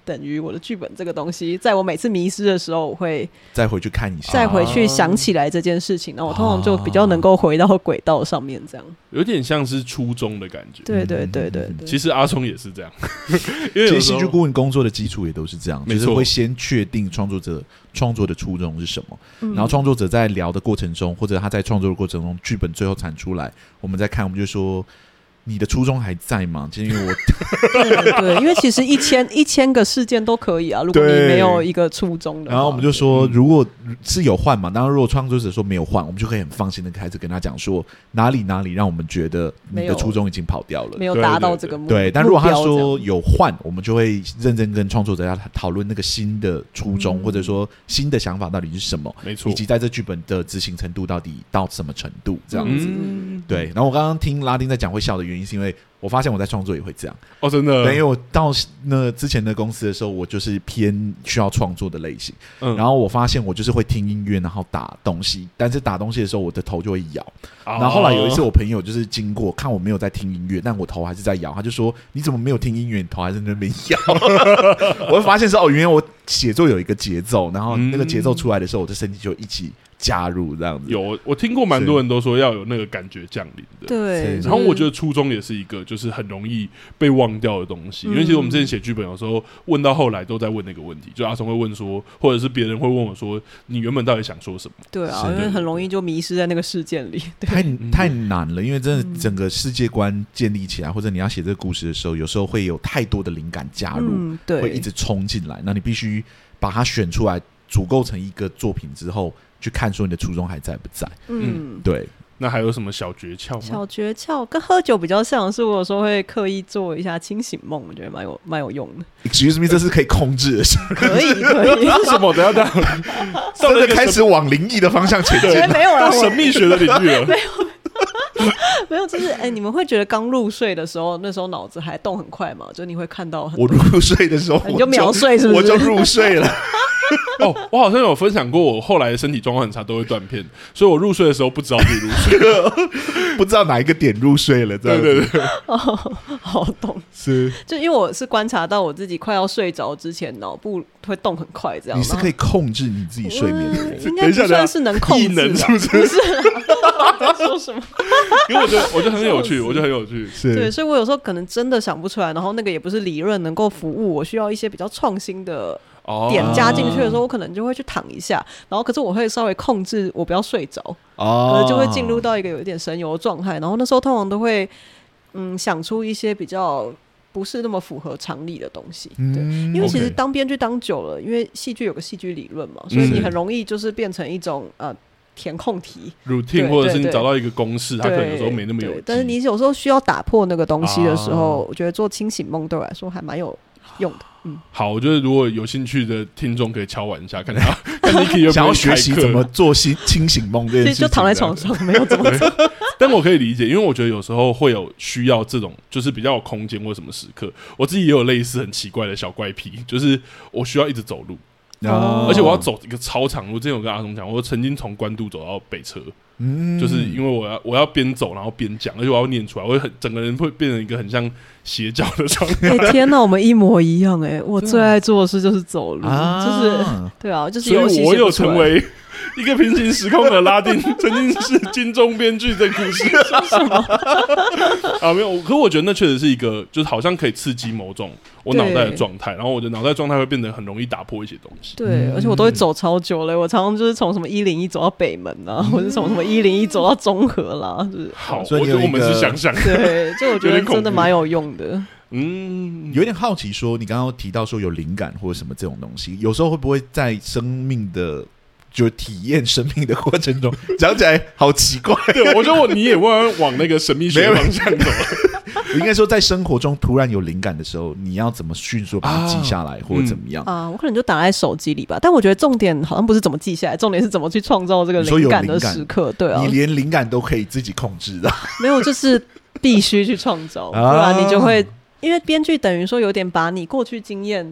等于我的剧本这个东西，在我每次迷失的时候，我会再回去看一下， 再回去想起来这件事情，然后我通常就比较能够回到轨道上面，这样有点像是初衷的感觉。 对对对对对， 其实阿聪也是这样，因为其实戏剧顾问工作的基础也都是这样， 没错， 就是会先确定创作者创作的初衷是什么，嗯、然后创作者在聊的过程中，或者他在创作的过程中，剧本最后产出来，我们再看，我们就说。你的初衷还在吗？其实因为我对对，因为其实一千一千个事件都可以啊，如果你没有一个初衷的话。 然后我们就说，如果是有换嘛，当然如果创作者说没有换，我们就可以很放心的开始跟他讲说哪里哪里让我们觉得你的初衷已经跑掉了， 没有达到这个目标。 对，但如果他说有换，我们就会认真跟创作者要讨论那个新的初衷，嗯、或者说新的想法到底是什么， 没错， 以及在这剧本的执行程度到底到什么程度这样子。 嗯、 对，然后我刚刚听拉丁在讲会笑的原因。是因为我发现我在创作也会这样哦，真的。 对，因为我到那之前的公司的时候，我就是偏需要创作的类型。嗯，然后我发现我就是会听音乐，然后打东西。但是打东西的时候，我的头就会摇。哦、然后后来有一次，我朋友就是经过看我没有在听音乐，但我头还是在摇，他就说：“你怎么没有听音乐？你头还在那边摇？”我会发现说：“哦，原来我写作有一个节奏，然后那个节奏出来的时候，我的身体就一起。”加入这样子， 有我听过蛮多人都说要有那个感觉降临的， 对。 然后我觉得初衷也是一个就是很容易被忘掉的东西，嗯、因为其实我们之前写剧本有时候问到后来都在问那个问题，就阿松会问说，或者是别人会问我说，你原本到底想说什么？ 对啊，因为很容易就迷失在那个事件里， 太太难了，因为真的整个世界观建立起来，或者你要写这个故事的时候，有时候会有太多的灵感加入，嗯、对，会一直冲进来，那你必须把它选出来，组构成一个作品之后。去看说你的初衷还在不在？嗯，对。 那还有什么小诀窍吗？ 小诀窍跟喝酒比较像，是我有时候会刻意做一下清醒梦，我觉得蛮有蛮有用的。 Excuse me， 这是可以控制的事。 可以可以。 是什么？等一下等一下， 真的开始往灵异的方向前进， 没有了， 神秘学的领域了。 没有。没有，就是哎、欸，你们会觉得刚入睡的时候，那时候脑子还动很快吗？就你会看到很多。 我入睡的时候， 你就秒睡是不是？ 我就入睡了。 哦，我好像有分享过，我后来的身体状况很差，都会断片，所以我入睡的时候不知道自己入睡了， 不知道哪一个点入睡了，对对对。 哦，好懂， 是， 就因为我是观察到我自己快要睡着之前，脑部会动很快，这样。 你是可以控制你自己睡眠的， 嗯、应该不算是能控制的， 能是不是？ 不是在说什么？ 因为我觉得，我觉得很有趣，我觉得很有趣， 是对，所以我有时候可能真的想不出来，然后那个也不是理论能够服务，我需要一些比较创新的。点加进去的时候，我可能就会去躺一下，然后可是我会稍微控制我不要睡着，哦，可能就会进入到一个有一点神游的状态，然后那时候通常都会嗯想出一些比较不是那么符合常理的东西，嗯、对，因为其实当编剧当久了，因为戏剧有个戏剧理论嘛，所以你很容易就是变成一种呃。填空题 routine 或者是你找到一个公式，它可能有时候没那么有趣， 但是你有时候需要打破那个东西的时候，啊、我觉得做清醒梦对我来说还蛮有用的。嗯， 好，我觉得如果有兴趣的听众可以敲碗一下，看他看 Niki 有没有想要学习怎么做清醒梦这件事情， 就躺在床上没有怎么做。 但我可以理解，因为我觉得有时候会有需要这种，就是比较有空间或什么时刻，我自己也有类似很奇怪的小怪癖，就是我需要一直走路。哦、而且我要走一个超长路，之前有跟阿松讲，我曾经从关渡走到北车，嗯，就是因为我要我要边走然后边讲，而且我要念出来，我会很整个人会变成一个很像邪教的状态。 哎、欸，天哪，我们一模一样哎、欸！我最爱做的事就是走路，啊、就是对啊，就是所以我有成为一个平行时空的拉丁，曾经是金钟编剧的故事。 什么？ 啊，没有，可我觉得那确实是一个，就是好像可以刺激某种我脑袋的状态，然后我的脑袋状态会变得很容易打破一些东西。 对，嗯、而且我都会走超久了，我常常就是从什么一零一走到北门啊，或者从什么一零一走到中和啦。就是、 好，我觉得我们是想想， 对，就我觉得真的蛮有用的。 嗯，有点好奇说，你刚刚提到说有灵感或者什么这种东西，有时候会不会在生命的就体验生命的过程中，讲起来好奇怪。 对，我觉得我你也往往那个神秘学方向走。 我应该说，在生活中突然有灵感的时候，你要怎么迅速把它记下来，啊、或者怎么样啊？我可能就打在手机里吧。但我觉得重点好像不是怎么记下来，重点是怎么去创造这个灵感的时刻。对啊， 你连灵感都可以自己控制的。 没有，就是必须去创造，不然你就会。因为编剧等于说有点把你过去经验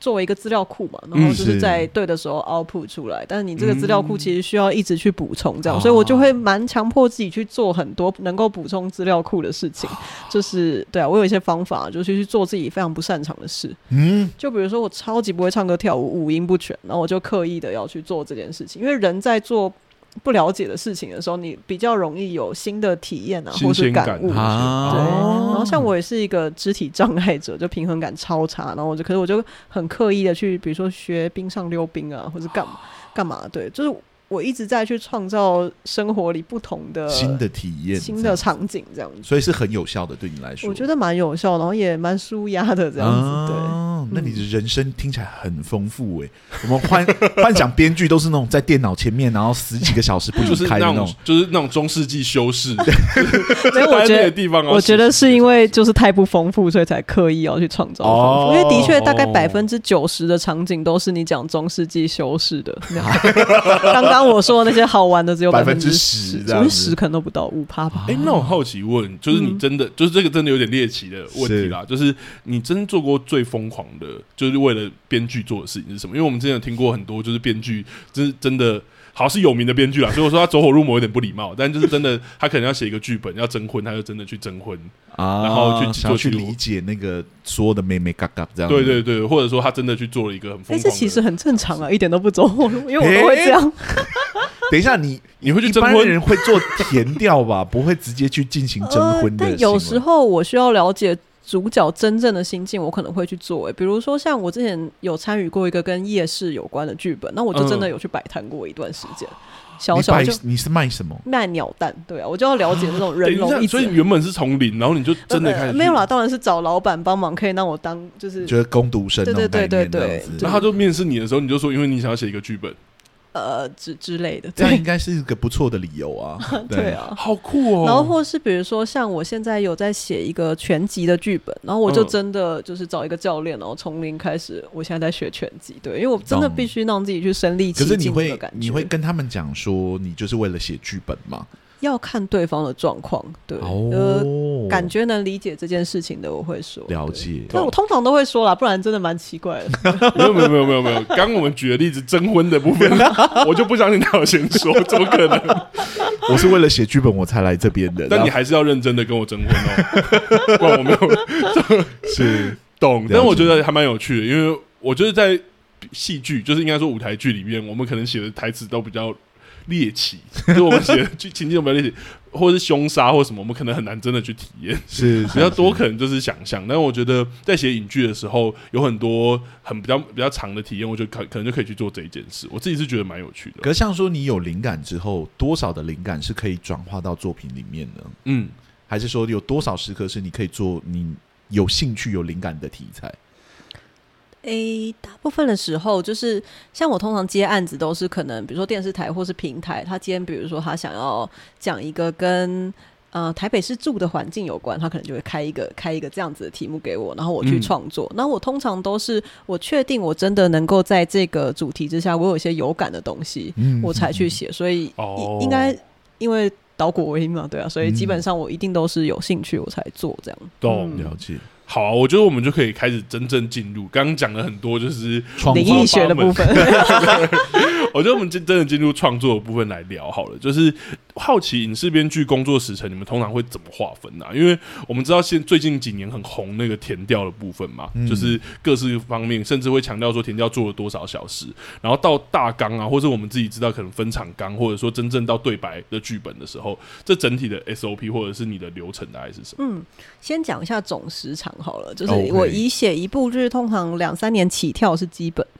作为一个资料库嘛，然后就是在对的时候 output 出来，嗯、但是你这个资料库其实需要一直去补充，这样，嗯、所以我就会蛮强迫自己去做很多能够补充资料库的事情，就是对啊，我有一些方法，就是去做自己非常不擅长的事，嗯，就比如说我超级不会唱歌跳舞，五音不全，然后我就刻意的要去做这件事情，因为人在做不了解的事情的时候，你比较容易有新的体验啊，或是感悟。啊、对，然后像我也是一个肢体障碍者，就平衡感超差，然后我就可是我就很刻意的去，比如说学冰上溜冰啊，或是干嘛干嘛。对，就是我一直在去创造生活里不同的新的体验、 新的场景，这样子， 所以是很有效的，对你来说， 我觉得蛮有效，然后也蛮舒压的，这样子。啊、对， 那你的人生听起来很丰富哎、欸。我们幻幻想编剧都是那种在电脑前面，然后十几个小时不离开的那种， 就是那种中世纪修士。 没有，我觉得地方，我觉得是因为就是太不丰富，所以才刻意要去创造丰富。哦、因为的确，大概百分之九十的场景都是你讲中世纪修士的。刚刚我说的那些好玩的只有百分之十，百分之十可能都不到五趴吧。 哎、欸，那我好奇问，就是你真的，嗯、就是这个真的有点猎奇的问题啦，是就是你真做过最疯狂的，就是为了编剧做的事情是什么？因为我们之前有听过很多，就是编剧，就是真的。好是有名的编剧啦，所以我说他走火入魔有点不礼貌，但就是真的，他可能要写一个剧本要征婚，他就真的去征婚，啊、然后去想要去理解那个所有的妹妹嘎嘎这样。 对对对，或者说他真的去做了一个很疯狂的。 欸、这其实很正常啊，一点都不走火入魔，因为我都会这样。欸、 等一下，你你会去征婚？一般人会做填调吧，不会直接去进行征婚的、呃。但有时候我需要了解主角真正的心境，我可能会去做、欸。比如说像我之前有参与过一个跟夜市有关的剧本，那我就真的有去摆摊过一段时间。嗯小小就你, 你是卖什么？ 卖鸟蛋，对啊，我就要了解那种人龙一。 所以原本是从零，然后你就真的开始、呃、 没有啦，当然是找老板帮忙，可以让我当就是觉得工读生那种概念，对对对对对。 然后他就面试你的时候，你就说，因为你想要写一个剧本。 呃，之之类的， 这样应该是一个不错的理由啊。 对, 对啊， 好酷哦。 然后或是比如说，像我现在有在写一个拳击的剧本，然后我就真的就是找一个教练，然后从零开始，我现在在学拳击。对，因为我真的必须让自己去身临其境的感觉。 可是你会你会跟他们讲说，你就是为了写剧本吗？ 要看对方的状况，对，哦、呃，感觉能理解这件事情的，我会说了解。 但我通常都会说啦，不然真的蛮奇怪的。 没有没有没有没有没有，刚刚我们举的例子征婚的部分，我就不相信他有先说，怎么可能？ 我是为了写剧本我才来这边的， 但你还是要认真的跟我征婚哦，不然我没有是懂。但我觉得还蛮有趣的，因为我觉得在戏剧，就是应该说舞台剧里面，我们可能写的台词都比较猎奇，就是我们写的剧情境都比较猎奇，或者是凶杀或什么，我们可能很难真的去体验， 是比较多可能就是想象。但是我觉得在写影剧的时候，有很多很比较比较长的体验，我觉得可可能就可以去做这一件事。我自己是觉得蛮有趣的。 可是像说你有灵感之后，多少的灵感是可以转化到作品里面呢？嗯，还是说有多少时刻是你可以做你有兴趣、有灵感的题材？ 诶，大部分的时候就是像我通常接案子都是可能比如说电视台或是平台，他今天比如说他想要讲一个跟呃台北市住的环境有关，他可能就会开一个开一个这样子的题目给我，然后我去创作。那、嗯、我通常都是我确定我真的能够在这个主题之下我有一些有感的东西、嗯、我才去写，所以、哦、应该因为岛国为因嘛，对啊，所以基本上我一定都是有兴趣我才做这样。 懂、嗯、了解。好啊，我觉得我们就可以开始真正进入。刚刚讲了很多，就是灵异学的部分。 我觉得我们真的进入创作的部分来聊好了。就是好奇影视编剧工作时程，你们通常会怎么划分啊？因为我们知道现最近几年很红那个填调的部分嘛，嗯、就是各式方面，甚至会强调说填调做了多少小时，然后到大纲啊，或者我们自己知道可能分场纲，或者说真正到对白的剧本的时候，这整体的 S O P 或者是你的流程大概是什么？嗯， 先讲一下总时长好了，就是我以写一部剧通常两三年起跳是基本，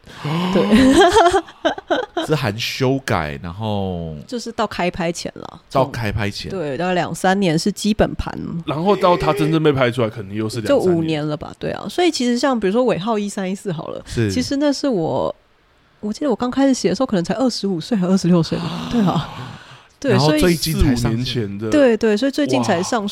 对，是含修改，然后就是到开拍前了， 到开拍前， 对，大概两三年是基本盘， 然后到它真正被拍出来，可能又是两三年， 就五年了吧，对啊，所以其实像比如说尾号一三一四好了，其实那是我，我记得我刚开始写的时候，可能才二十五岁还二十六岁吧，对啊。对， 然后最近才上前的， 对对，所以最近才上，所以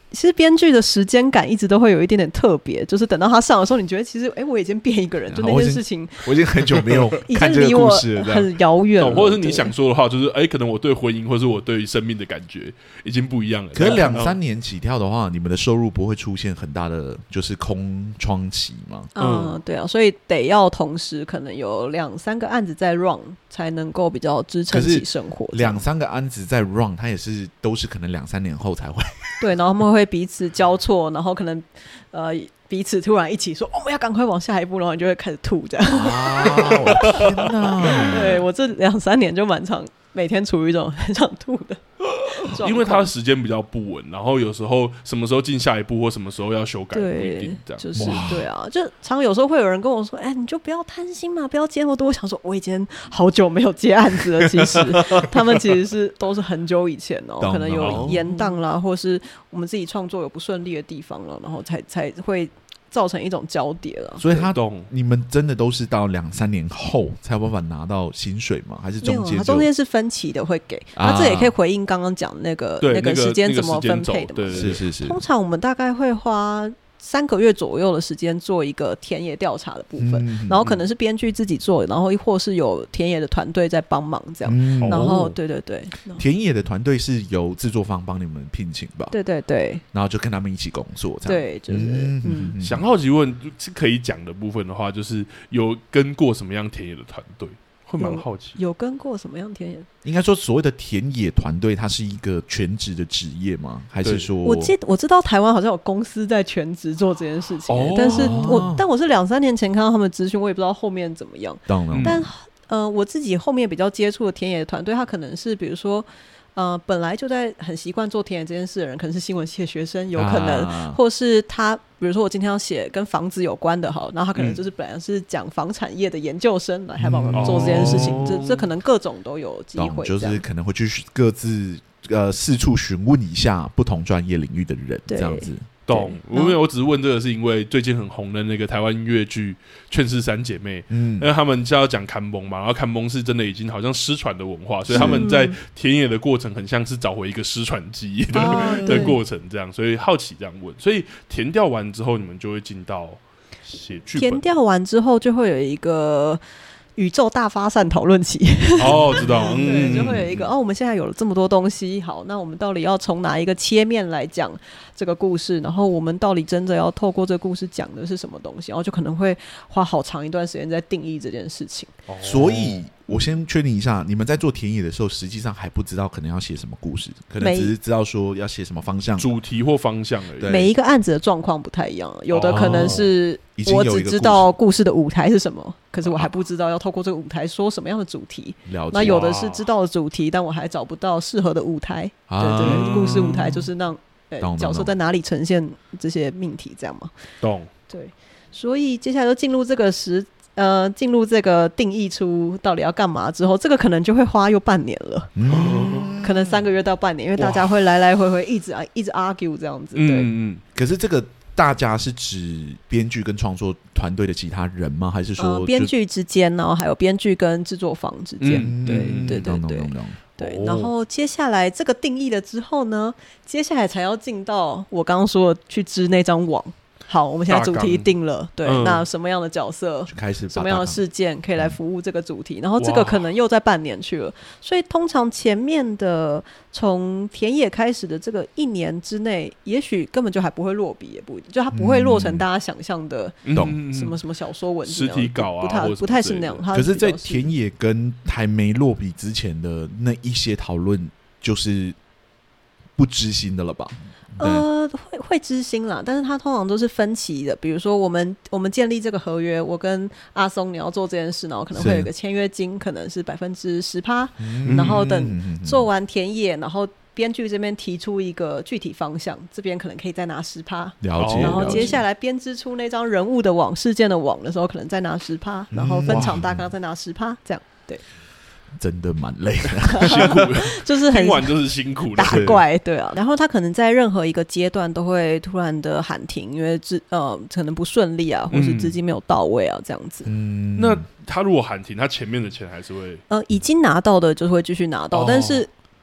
其实编剧的时间感一直都会有一点点特别，就是等到他上的时候，你觉得其实哎、欸，我已经变一个人，就那件事情， 我已经很久没有看这个故事了， 很遥远了， 或者是你想说的话，就是哎、欸，可能我对婚姻或是我对生命的感觉已经不一样了。 可是两三年起跳的话，你们的收入不会出现很大的就是空窗期吗？ 嗯，嗯对啊，所以得要同时可能有两三个案子在 run 才能够比较支撑起生活。 两三个案子在 run， 它也是都是可能两三年后才会。 对，然后他们会彼此交错，然后可能呃彼此突然一起说、哦、我们要赶快往下一步，然后你就会开始吐这样。 啊！我天哪！ 对我这两三年就蛮常每天处于一种很想吐的。 因为他的时间比较不稳，然后有时候什么时候进下一步或什么时候要修改不一定这样。 就是对啊，就常有时候会有人跟我说：“哎，你就不要贪心嘛，不要接那么多。”我想说，我已经好久没有接案子了。其实他们其实是都是很久以前哦，可能有延档啦，或是我们自己创作有不顺利的地方了，然后才才会造成一种交叠了。 所以他懂，你们真的都是到两三年后才有办法拿到薪水吗？还是中间？ 他中间是分期的，会给。那、啊、这也可以回应刚刚讲那个那个时间怎么分配的嘛？ 对是是是。 通常我们大概会花三个月左右的时间做一个田野调查的部分、嗯、然后可能是编剧自己做，然后或是有田野的团队在帮忙这样、嗯、然后、哦、对对对， 田野的团队是由制作方帮你们聘请吧？ 对对对， 然后就跟他们一起工作这样。 对，就是嗯嗯嗯想好奇问是可以讲的部分的话，就是有跟过什么样田野的团队？会蛮好奇有, 有跟过什么样田野？ 应该说所谓的田野团队，它是一个全职的职业吗？还是说我记得我知道台湾好像有公司在全职做这件事情、哦、但是我但我是两三年前看到他们资讯，我也不知道后面怎么样。 当然， 但呃，我自己后面比较接触的田野团队，他可能是比如说。呃，本来就在很习惯做田野这件事的人，可能是新闻系的学生，有可能，啊、或是他，比如说我今天要写跟房子有关的，好，然后他可能就是本来是讲房产业的研究生，来还帮我们做这件事情，嗯、这这可能各种都有机会， 就是可能会去各自呃四处询问一下不同专业领域的人，这样子。 懂，因为我只是问这个，是因为最近很红的那个台湾音乐剧《劝世三姐妹》，嗯，因为他们就要讲看崩嘛，然后看崩是真的已经好像失传的文化，所以他们在田野的过程很像是找回一个失传记忆的、哦、的过程，这样，所以好奇这样问。所以填调完之后，你们就会进到写剧本。 填调完之后，就会有一个。宇宙大发散讨论期哦，知道，嗯、 对，就会有一个哦，我们现在有了这么多东西，好，那我们到底要从哪一个切面来讲这个故事？然后我们到底真的要透过这个故事讲的是什么东西？然后就可能会花好长一段时间在定义这件事情。 哦、所以我先确定一下，你们在做田野的时候，实际上还不知道可能要写什么故事，可能只是知道说要写什么方向、 主题或方向而已。 每一个案子的状况不太一样，有的可能是我只知道故事的舞台是什么，可是我还不知道要透过这个舞台说什么样的主题。 了解。 那有的是知道的主题，但我还找不到适合的舞台。啊、对对，故事舞台就是让、欸、角色在哪里呈现这些命题，这样嘛？ 懂。 对，所以接下来就进入这个时。呃，进入这个定义出到底要干嘛之后，这个可能就会花又半年了，嗯、可能三个月到半年，因为大家会来来回回一直一直 argue 这样子。对， 嗯嗯。可是这个大家是指编剧跟创作团队的其他人吗？还是说编、 呃、剧之间，然后还有编剧跟制作方之间？嗯、对对对对对。然后接下来这个定义了之后呢，接下来才要进到我刚刚说的去织那张网。好，我们现在主题定了，对、嗯，那什么样的角色， 开始什么样的事件可以来服务这个主题，然后这个可能又在半年去了，所以通常前面的从田野开始的这个一年之内，也许根本就还不会落笔，也不一定，就它不会落成大家想象的， 懂、 嗯、什么什么小说文字实体稿啊， 不太不太是那样。 可是，在田野跟还没落笔之前的那一些讨论，就是不知心的了吧？ 呃，会会知心啦，但是它通常都是分期的。比如说，我们我们建立这个合约，我跟阿松你要做这件事，然后可能会有一个签约金，可能是百分之十趴，然后等做完田野，然后编剧这边提出一个具体方向，这边可能可以再拿十趴， 了解。 然后接下来编织出那张人物的网、事件的网的时候，可能再拿十趴，然后分场大纲再拿十趴，这样对。 真的蛮累的， 辛苦了， 就是很听完就是辛苦了， 打怪，对啊。然后他可能在任何一个阶段都会突然的喊停，因为资呃可能不顺利啊，或是资金没有到位啊，这样子。 嗯， 那他如果喊停，他前面的钱还是会呃已经拿到的就会继续拿到，哦、但是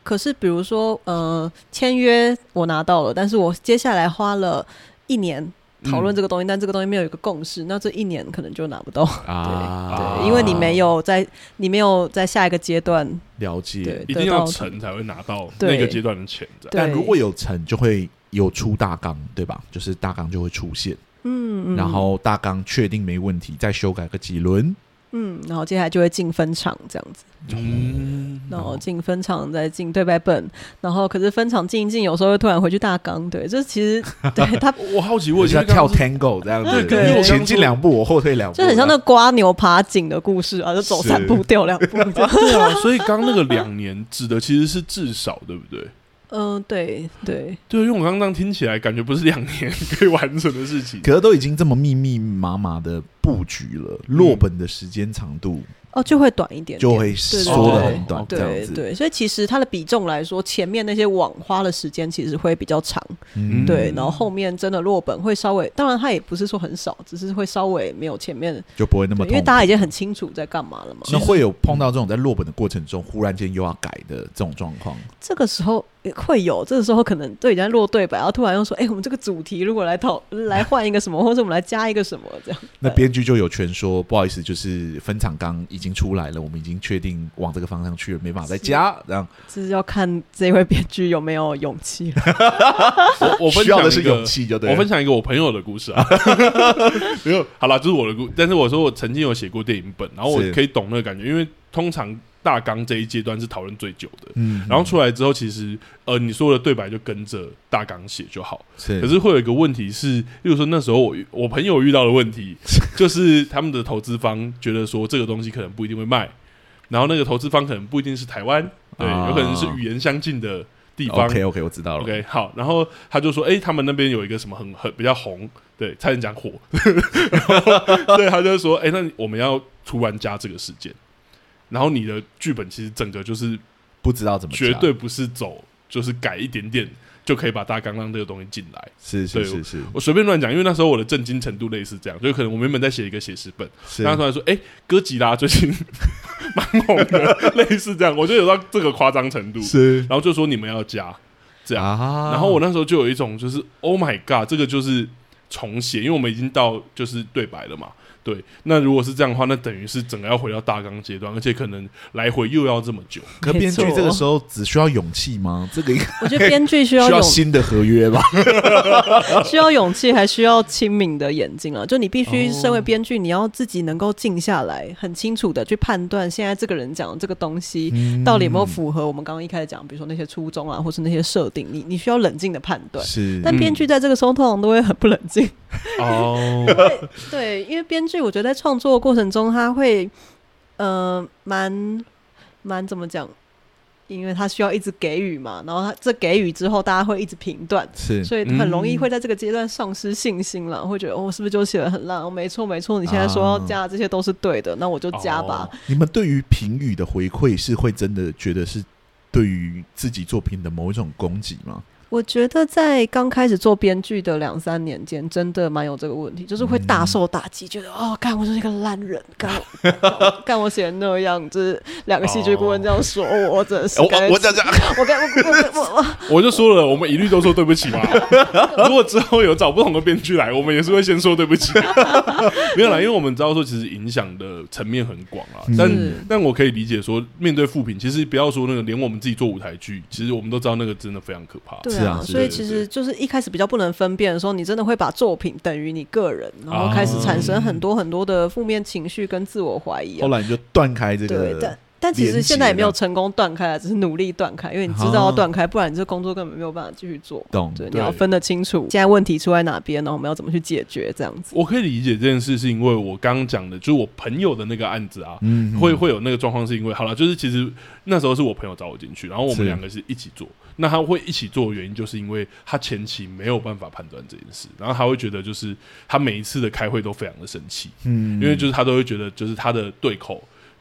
可是比如说呃签约我拿到了，但是我接下来花了一年讨论这个东西、嗯、但这个东西没有一个共识，那这一年可能就拿不到啊。对对，因为你没有在你没有在下一个阶段了解， 一定要成才会拿到那个阶段的钱。 但如果有成就会有出大纲，对吧？就是大纲就会出现，嗯，然后大纲确定没问题，再修改个几轮， 嗯，然后接下来就会进分场这样子，嗯，然后进分场再进对白本，然后可是分场进一进，有时候会突然回去大纲，对，这其实对他， 我好奇我现在跳 Tango 这样子，对，前进两步，我后退两步， 就很像那瓜牛爬井的故事啊，就走三步掉两步， 对啊，所以刚那个两年指的其实是至少，对不对？ 嗯、呃，对对对，因为我刚刚听起来感觉不是两年可以完成的事情， 可是都已经这么密密麻麻的布局了，落本的时间长度。 哦，就会短一点点， 就会缩得很短， 对对 对, 对，所以其实它的比重来说，前面那些网花的时间其实会比较长，嗯，对，然后后面真的落本会稍微，当然它也不是说很少，只是会稍微没有前面就不会那么痛苦， 因为大家已经很清楚在干嘛了嘛。 那会有碰到这种在落本的过程中忽然间又要改的这种状况？ 这个时候会有，这个时候可能都已经在落对白，然后突然又说，哎、欸，我们这个主题如果来讨来换一个什么，或者我们来加一个什么这样， 那编剧就有权说，不好意思，就是分场纲已经出来了，我们已经确定往这个方向去了，没办法再加，这样这是要看这位编剧有没有勇气。 我我分享一个需要的是勇气，就对了。 我分享一个我朋友的故事啊，没有，好啦，就是我的故，但是我说我曾经有写过电影本，然后我可以懂那个感觉，因为通常大纲这一阶段是讨论最久的，嗯，然后出来之后，其实呃，你说的对白就跟着大纲写就好。是，可是会有一个问题是，例如说那时候我我朋友遇到的问题，就是他们的投资方觉得说这个东西可能不一定会卖，然后那个投资方可能不一定是台湾，对，啊、有可能是语言相近的地方。 OK OK， 我知道了。 OK， 好，然后他就说，哎、欸，他们那边有一个什么很很比较红，对，差点讲火，对，他就说，哎、欸，那我们要突然加这个事件。然后你的剧本其实整个就是不知道怎么， 绝对不是走，就是改一点点就可以把大纲让这个东西进来。 是是是是， 我随便乱讲，因为那时候我的震惊程度类似这样，就可能我原本在写一个写实本，然后突然说，哎、欸，哥吉拉最近蛮红的，类似这样，我就有到这个夸张程度，是，然后就说你们要加这样，啊、然后我那时候就有一种就是 ，Oh my God， 这个就是重写，因为我们已经到就是对白了嘛。对，那如果是这样的话，那等于是整个要回到大纲阶段，而且可能来回又要这么久。 可编剧这个时候只需要勇气吗？这个我觉得编剧需要需要新的合约吧， 需要勇气，还需要清明的眼睛啊！就你必须身为编剧，你要自己能够静下来，很清楚的去判断现在这个人讲的这个东西、嗯、到底有没有符合我们刚刚一开始讲，比如说那些初衷啊，或是那些设定，你你需要冷静的判断。是，但编剧在这个时候通常都会很不冷静。哦，对，因为编剧我觉得在创作的过程中，他会呃蛮蛮怎么讲？因为他需要一直给予嘛，然后他这给予之后，大家会一直评断，是，所以很容易会在这个阶段丧失信心了，嗯、会觉得哦，是不是就写得很烂？哦，没错没错，你现在说要加的这些都是对的，啊、那我就加吧。 哦、你们对于评语的回馈是会真的觉得是对于自己作品的某一种攻击吗？ 我觉得在刚开始做编剧的两三年间，真的蛮有这个问题，就是会大受打击，嗯、觉得哦，干我是一个烂人，干干我写的那样，就是两个戏剧顾问这样说我，我真的是我我这样讲， 我干我我我我就说了，我们一律都说对不起嘛。如果之后有找不同的编剧来，我们也是会先说对不起。没有啦，因为我们知道说其实影响的层面很广啊，但但我可以理解说，面对负评，其实不要说那个，连我们自己做舞台剧，其实我们都知道那个真的非常可怕。 对啊，所以其实就是一开始比较不能分辨的时候，你真的会把作品等于你个人，然后开始产生很多很多的负面情绪跟自我怀疑、啊。 后来你就断开这个， 对，但但其实现在也没有成功断开，只是努力断开，因为你知道要断开，不然你这工作根本没有办法继续做。懂，对，你要分得清楚现在问题出在哪边，然后我们要怎么去解决，这样子。 我可以理解这件事，是因为我刚刚讲的，就是我朋友的那个案子啊，嗯、会会有那个状况，是因为好了，就是其实那时候是我朋友找我进去，然后我们两个是一起做。那他会一起做的原因，就是因为他前期没有办法判断这件事，然后他会觉得就是他每一次的开会都非常的生气，嗯，因为就是他都会觉得就是他的对口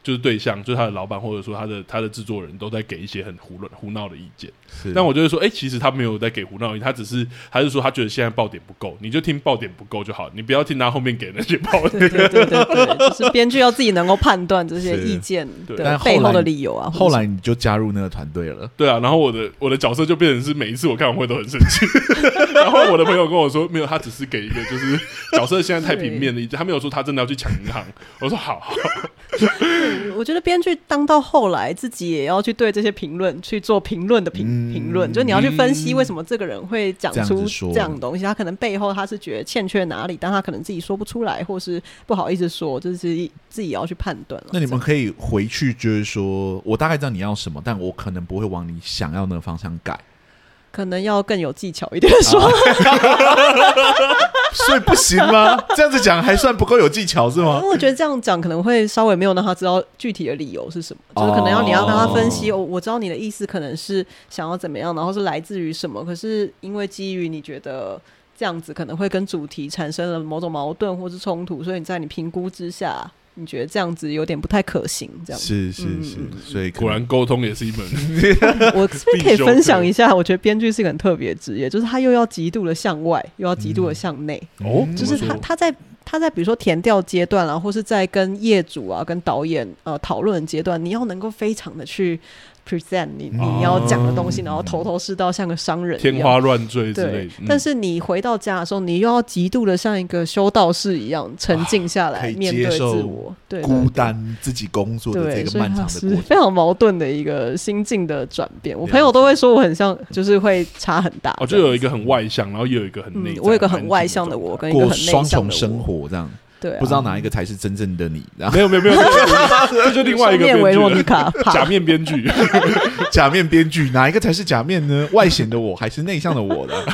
就是对象，就是他的老板或者说他的他的制作人都在给一些很胡乱胡闹的意见，但我就会说，哎、欸，其实他没有在给胡闹的意见，他只是他是说他觉得现在爆点不够，你就听爆点不够就好，你不要听他后面给那些爆点。 对对对对对，就是编剧要自己能够判断这些意见的背后的理由啊。 后来你就加入那个团队了， 对啊，然后我的我的角色就变成是每一次我看完会都很生气，然后我的朋友跟我说，没有，他只是给一个就是角色现在太平面的意见，他没有说他真的要去抢银行。我说好好。 我觉得编剧当到后来自己也要去对这些评论去做评论的评评论，就是你要去分析为什么这个人会讲出这样的东西，他可能背后他是觉得欠缺哪里，但他可能自己说不出来，或是不好意思说，就是自己要去判断。 那你们可以回去就是说，我大概知道你要什么，但我可能不会往你想要那个方向改， 可能要更有技巧一点的说、啊、 所以不行吗？这样子讲还算不够有技巧是吗？ 我觉得这样讲可能会稍微没有让他知道具体的理由是什么，就是可能要你要让他分析、哦、我知道你的意思可能是想要怎么样，然后是来自于什么，可是因为基于你觉得这样子可能会跟主题产生了某种矛盾或是冲突，所以你在你评估之下你觉得这样子有点不太可行，这样是是是、嗯、所以果然沟通也是一门我是不是可以分享一下，我觉得编剧是一个很特别的职业，就是他又要极度的向外又要极度的向内、嗯哦、就是他他在他在比如说填调阶段啊，或是在跟业主啊跟导演呃讨论的阶段，你要能够非常的去present 你你要讲的东西、哦、然后头头是道像个商人一样天花乱坠之类的、 嗯、但是你回到家的时候你又要极度的像一个修道士一样沉静下来、啊、面对自我，对对对， 孤单自己工作的这个漫长的过程， 非常矛盾的一个心境的转变。我朋友都会说我很像，就是会差很大， 我、哦、就有一个很外向然后也有一个很内在、嗯、 我有一个很外向的我跟一个很内向的我， 过双重生活这样，对、啊，不知道哪一个才是真正的你。 没有没有没有，这就另外一个编剧了，假面编剧， 假面编剧，哪一个才是假面呢？外显的我还是内向的我呢？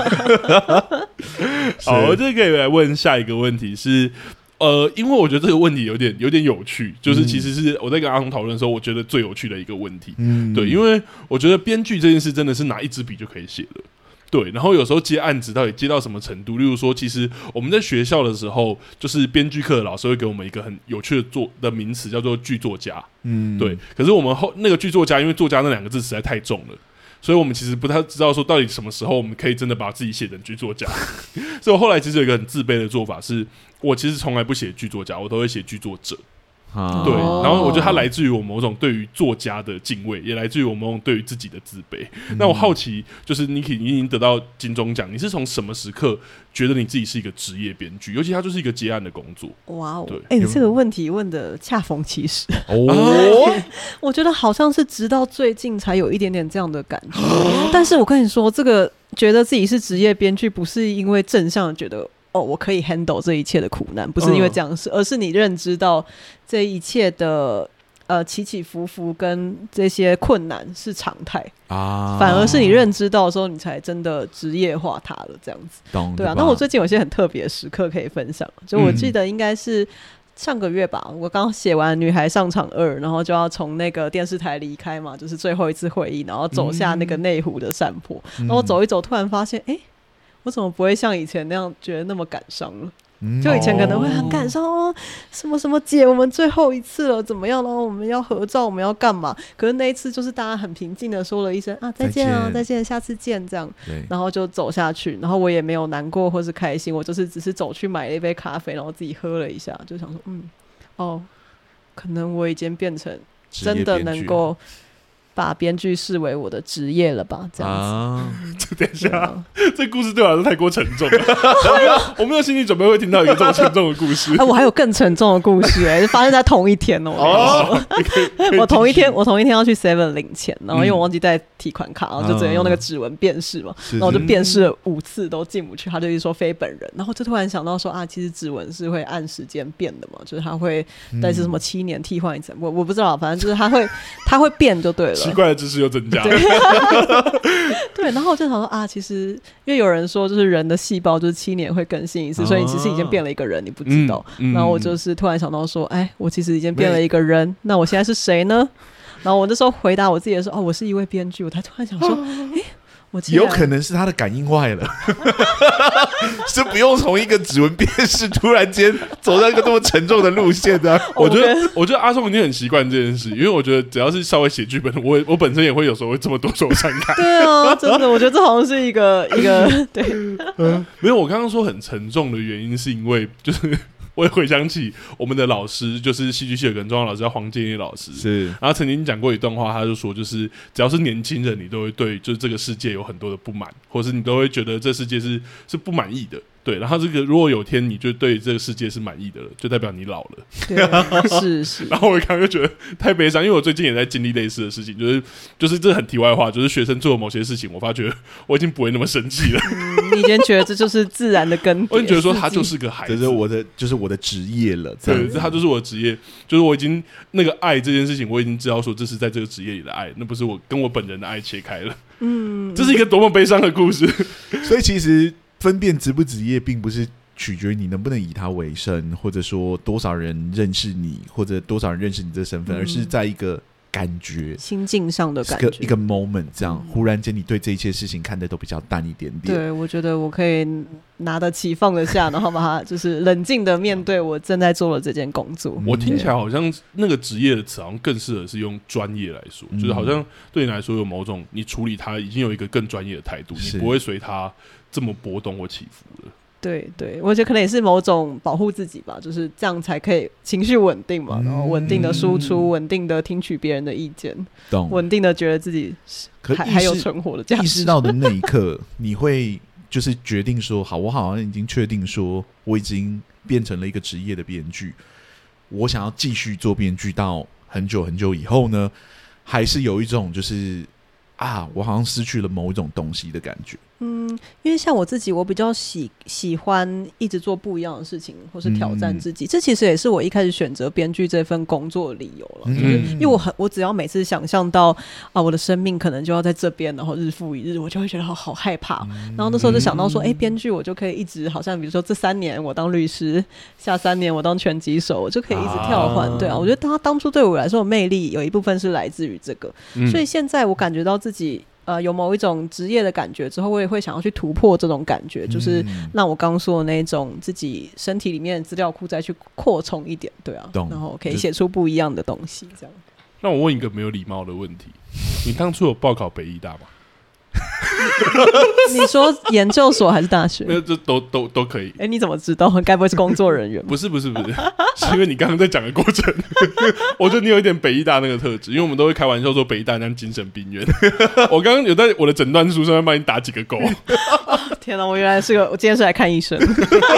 好，我就可以来问下一个问题是。呃，因为我觉得这个问题有点有点有趣，就是其实是我在跟阿红讨论的时候，我觉得最有趣的一个问题。嗯，对，因为我觉得编剧这件事真的是拿一支笔就可以写的。对，然后有时候接案子到底接到什么程度？例如说，其实我们在学校的时候，就是编剧课的老师会给我们一个很有趣的作的名词，叫做剧作家。嗯，对。可是我们后那个剧作家，因为作家那两个字实在太重了。所以我们其实不太知道说到底什么时候我们可以真的把自己写成剧作家，所以我后来其实有一个很自卑的做法是，我其实从来不写剧作家，我都会写剧作者。啊、对，然后我觉得它来自于我某种对于作家的敬畏，也来自于我某种对于自己的自卑。嗯、那我好奇，就是 Niki， 你已经得到金钟奖，你是从什么时刻觉得你自己是一个职业编剧？尤其它就是一个接案的工作。 哇哦，哎、欸，你这个问题问的恰逢其时哦。我觉得好像是直到最近才有一点点这样的感觉，但是我跟你说，这个觉得自己是职业编剧，不是因为正向觉得。哦，我可以 handle 这一切的苦难，不是因为这样事、嗯、而是你认知到这一切的呃起起伏伏跟这些困难是常态啊，反而是你认知到的时候，你才真的职业化它了，这样子。对啊，那我最近有些很特别的时刻可以分享，就我记得应该是上个月吧，我刚写完《女孩上场二》，然后就要从那个电视台离开嘛，就是最后一次会议，然后走下那个内湖的山坡、嗯、然后走一走，突然发现，哎、欸。我怎么不会像以前那样觉得那么感伤了？嗯、就以前可能会很感伤哦，什么什么姐，我们最后一次了，怎么样？然后我们要合照，我们要干嘛？可是那一次就是大家很平静的说了一声啊，再见啊，再见，下次见，这样，然后就走下去。然后我也没有难过或是开心，我就是只是走去买了一杯咖啡，然后自己喝了一下，就想说，嗯，哦，可能我已经变成真的能够。把编剧视为我的职业了吧，这样子。啊、 等一下、啊，这故事对我来说太过沉重了。我没有心理准备会听到一个这么沉重的故事。 啊、我还有更沉重的故事、欸，哎，发生在同一天哦。哦我同一天，我同一天要去 Seven 领钱，然后因为我忘记带提款卡，然后就只能用那个指纹辨识嘛，嗯、然后我就辨识了五次都进不去，他就一直说非本人，然后就突然想到说啊，其实指纹是会按时间变的嘛，就是他会但是什么七年替换一次，我我不知道，反正就是他会他会变就对了。 奇怪的知识又增加了。 对, 对，然后我就想说啊，其实因为有人说就是人的细胞就是七年会更新一次、啊、所以你其实已经变了一个人，你不知道、嗯嗯、然后我就是突然想到说哎，我其实已经变了一个人，那我现在是谁呢？然后我那时候回答我自己的时候，哦，我是一位编剧，我才突然想说哎、啊， 有可能是他的感应坏了，是不用从一个指纹辨识突然间走到一个这么沉重的路线的、啊。 我觉得，我觉得阿松已经很习惯这件事，因为我觉得只要是稍微写剧本，我我本身也会有时候会这么多手闪开。 对啊，真的，我觉得这好像是一个一个对、 嗯。没有，我刚刚说很沉重的原因是因为就是。我也回想起我们的老师，就是戏剧系有个很重要的老师叫黄建业老师， 是， 然后曾经讲过一段话，他就说，就是只要是年轻人，你都会对就是这个世界有很多的不满，或是你都会觉得这世界是是不满意的。对，然后这个如果有天你就对这个世界是满意的了，就代表你老了。 对，是是。 然后我刚刚就觉得太悲伤，因为我最近也在经历类似的事情，就是就是这很题外话，就是学生做了某些事情，我发觉我已经不会那么生气了。 嗯、你已经觉得这就是自然的根源， 我已经觉得说他就是个孩子， 这是我的，就是我的职业了。这样子， 对，他就是我的职业，就是我已经那个爱这件事情，我已经知道说这是在这个职业里的爱，那不是我跟我本人的爱切开了。嗯，这是一个多么悲伤的故事。 所以其实分辨职不职业，并不是取决于你能不能以它为生，或者说多少人认识你，或者多少人认识你这个身份、嗯，而是在一个感觉、 心境上的感觉， 一个 moment， 这样、嗯、忽然间你对这一切事情看得都比较淡一点点。 对，我觉得我可以拿得起放得下，然后把它就是冷静的面对我正在做的这件工作。 我听起来好像那个职业的词好像更适合是用专业来说、嗯、就是好像对你来说有某种你处理它已经有一个更专业的态度，你不会随它这么波动或起伏了。对对，我觉得可能也是某种保护自己吧，就是这样才可以情绪稳定嘛，然后稳定的输出，稳、嗯、定的听取别人的意见，稳定的觉得自己还还有存活的价值。 意识到的那一刻，你会就是决定说，好，我好像已经确定说，我已经变成了一个职业的编剧，我想要继续做编剧到很久很久以后呢，还是有一种就是啊，我好像失去了某一种东西的感觉。 嗯，因为像我自己，我比较喜喜欢一直做不一样的事情，或是挑战自己、嗯、这其实也是我一开始选择编剧这份工作的理由了、嗯、就是因为我很我只要每次想象到啊，我的生命可能就要在这边，然后日复一日，我就会觉得好好害怕、嗯、然后那时候就想到说，哎、欸，编剧我就可以一直好像比如说这三年我当律师，下三年我当拳击手，我就可以一直跳换、啊、对啊，我觉得他当初对我来说的魅力有一部分是来自于这个、嗯、所以现在我感觉到自己呃，有某一种职业的感觉之后，我也会想要去突破这种感觉，就是让我刚说的那种自己身体里面的资料库再去扩充一点，对啊，然后可以写出不一样的东西，这样。 那我问一个没有礼貌的问题，你当初有报考北医大吗？ 你说研究所还是大学？ 没有，这都都都可以。 哎、欸，你怎么知道？该不会是工作人员？ 不是，不是，不是，是因为你刚刚在讲的过程，我觉得你有一点北医大那个特质，因为我们都会开玩笑说北医大像精神病院。我刚刚有在我的诊断书上面帮你打几个勾。 天哪，我原来是个，我今天是来看医生。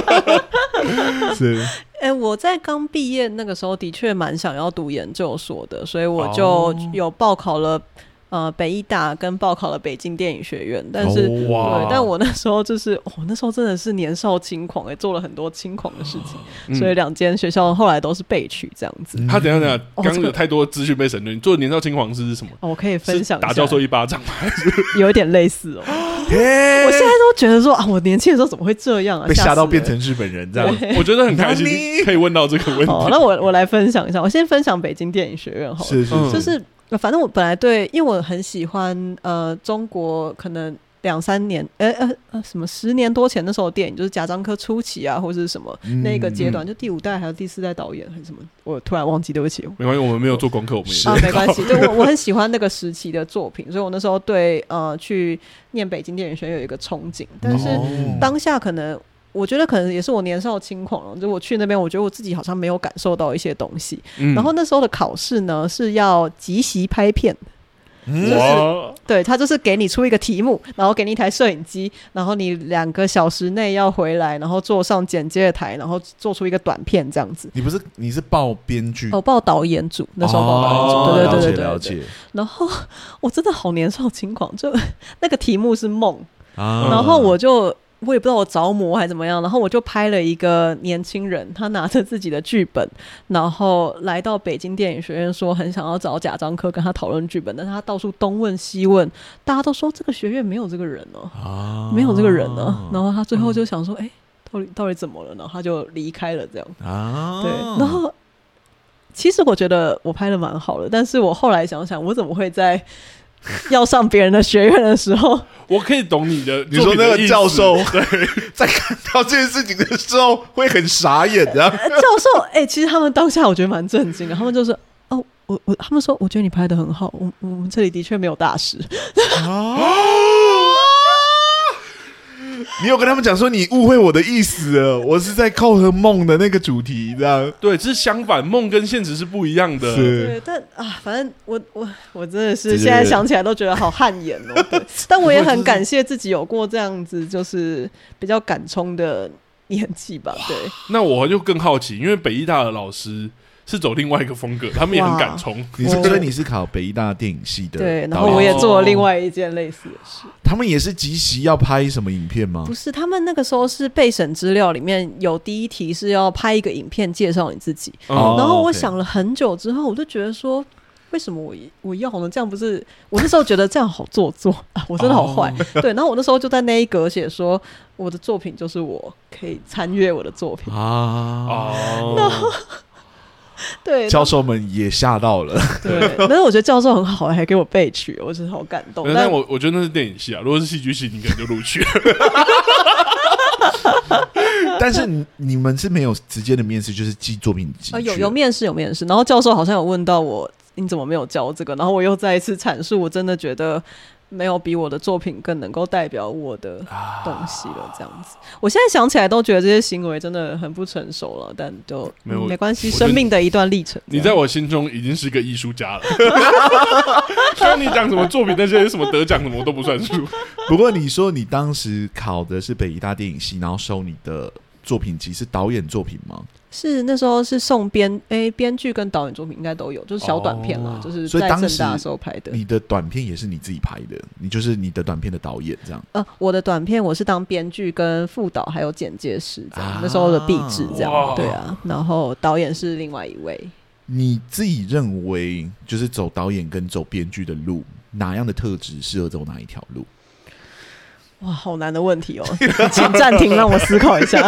是。 哎、欸，我在刚毕业那个时候的确蛮想要读研究所的，所以我就有报考了。呃，北医大跟报考了北京电影学院，但是、哦、对，但我那时候就是，哦，那时候真的是年少轻狂，也做了很多轻狂的事情，嗯、所以两间学校后来都是备取这样子。 嗯、他等一下等一下，刚、哦、刚有太多资讯被省略，你做的年少轻狂是什么？ 哦，我可以分享一下， 打教授一巴掌吗？ 有一点类似哦。我现在都觉得说啊，我年轻的时候怎么会这样啊？ 被吓到变成日本人这样， 我觉得很开心可以问到这个问题。 好，那我我来分享一下，我先分享北京电影学院好了， 是是是， 就是。反正我本来对，因为我很喜欢呃中国可能两三年呃呃呃什么十年多前那时候的电影，就是贾樟柯初期啊，或者是什么、嗯、那个阶段，就第五代还有第四代导演还是什么，我突然忘记，对不起。 没关系，我们没有做功课，我们也啊没关系。对，我我很喜欢那个时期的作品，所以我那时候对呃去念北京电影学院有一个憧憬，但是当下可能。我觉得可能也是我年少轻狂了，就我去那边，我觉得我自己好像没有感受到一些东西。嗯、然后那时候的考试呢是要即席拍片，嗯、就是对他就是给你出一个题目，然后给你一台摄影机，然后你两个小时内要回来，然后坐上剪接台，然后做出一个短片这样子。 你不是你是报编剧？ 哦，报导演组，那时候报导演组， 哦、 对对对对对， 了解了解。 然后我真的好年少轻狂，就那个题目是梦，啊、然后我就。我也不知道我着魔还怎么样，然后我就拍了一个年轻人，他拿着自己的剧本，然后来到北京电影学院，说很想要找贾樟柯跟他讨论剧本，但是他到处东问西问，大家都说这个学院没有这个人哦、啊，没有这个人呢。然后他最后就想说，哎、嗯，到底到底怎么了？然后他就离开了，这样。啊，对。然后其实我觉得我拍的蛮好的，但是我后来想想，我怎么会在要上别人的学院的时候， 我可以懂你的。 你说那个教授对， 在看到这件事情的时候会很傻眼的。 教授，哎、欸，其实他们当下我觉得蛮震惊的，他们就说：“哦，我我，他们说我觉得你拍得很好，我我们这里的确没有大师。” 你有跟他们讲说你误会我的意思了，我是在扣合梦的那个主题，这样对，这是相反，梦跟现实是不一样的。 对，但啊，反正我我我真的是现在想起来都觉得好汗颜哦。对，但我也很感谢自己有过这样子，就是比较敢冲的年纪吧。对， 那我就更好奇，因为北艺大的老师是走另外一个风格，他们也很敢冲。 你是所以你是考北艺大电影系的， 对，然后我也做了另外一件类似的事。 他们也是即席要拍什么影片吗？ 不是，他们那个时候是备审资料里面有第一题是要拍一个影片介绍你自己， 哦、 然后我想了很久之后，我就觉得说。为什么我我要呢？这样不是我那时候觉得这样好做作啊！我真的好坏，哦、对。然后我那时候就在那一格写说，我的作品就是我可以参阅我的作品啊。 哦， 然后对教授们也吓到了。 对，但是我觉得教授很好，还给我备取，我真的好感动。 但我我觉得那是电影系啊，如果是戏剧系，你可能就录取了。 但是 你, 你们是没有直接的面试，就是寄作品集、 呃、有有面试有面试，然后教授好像有问到我。你怎么没有教这个？然后我又再一次阐述，我真的觉得没有比我的作品更能够代表我的东西了。这样子，我现在想起来都觉得这些行为真的很不成熟了，但就没, 没关系，生命的一段历程。 你在我心中已经是个艺术家了。刚刚你讲什么作品那些什么得奖什么都不算数。 不过你说你当时考的是北艺大电影系，然后收你的作品集是导演作品吗？ 是那时候是送编诶，编剧跟导演作品应该都有，就是小短片啦，哦、就是在政大的时候拍的。 你的短片也是你自己拍的，你就是你的短片的导演这样。 呃，我的短片我是当编剧跟副导还有剪接师这样，啊、那时候的壁纸这样，对啊。然后导演是另外一位。 你自己认为就是走导演跟走编剧的路，哪样的特质适合走哪一条路？ 哇，好难的问题哦，请暂停，让我思考一下。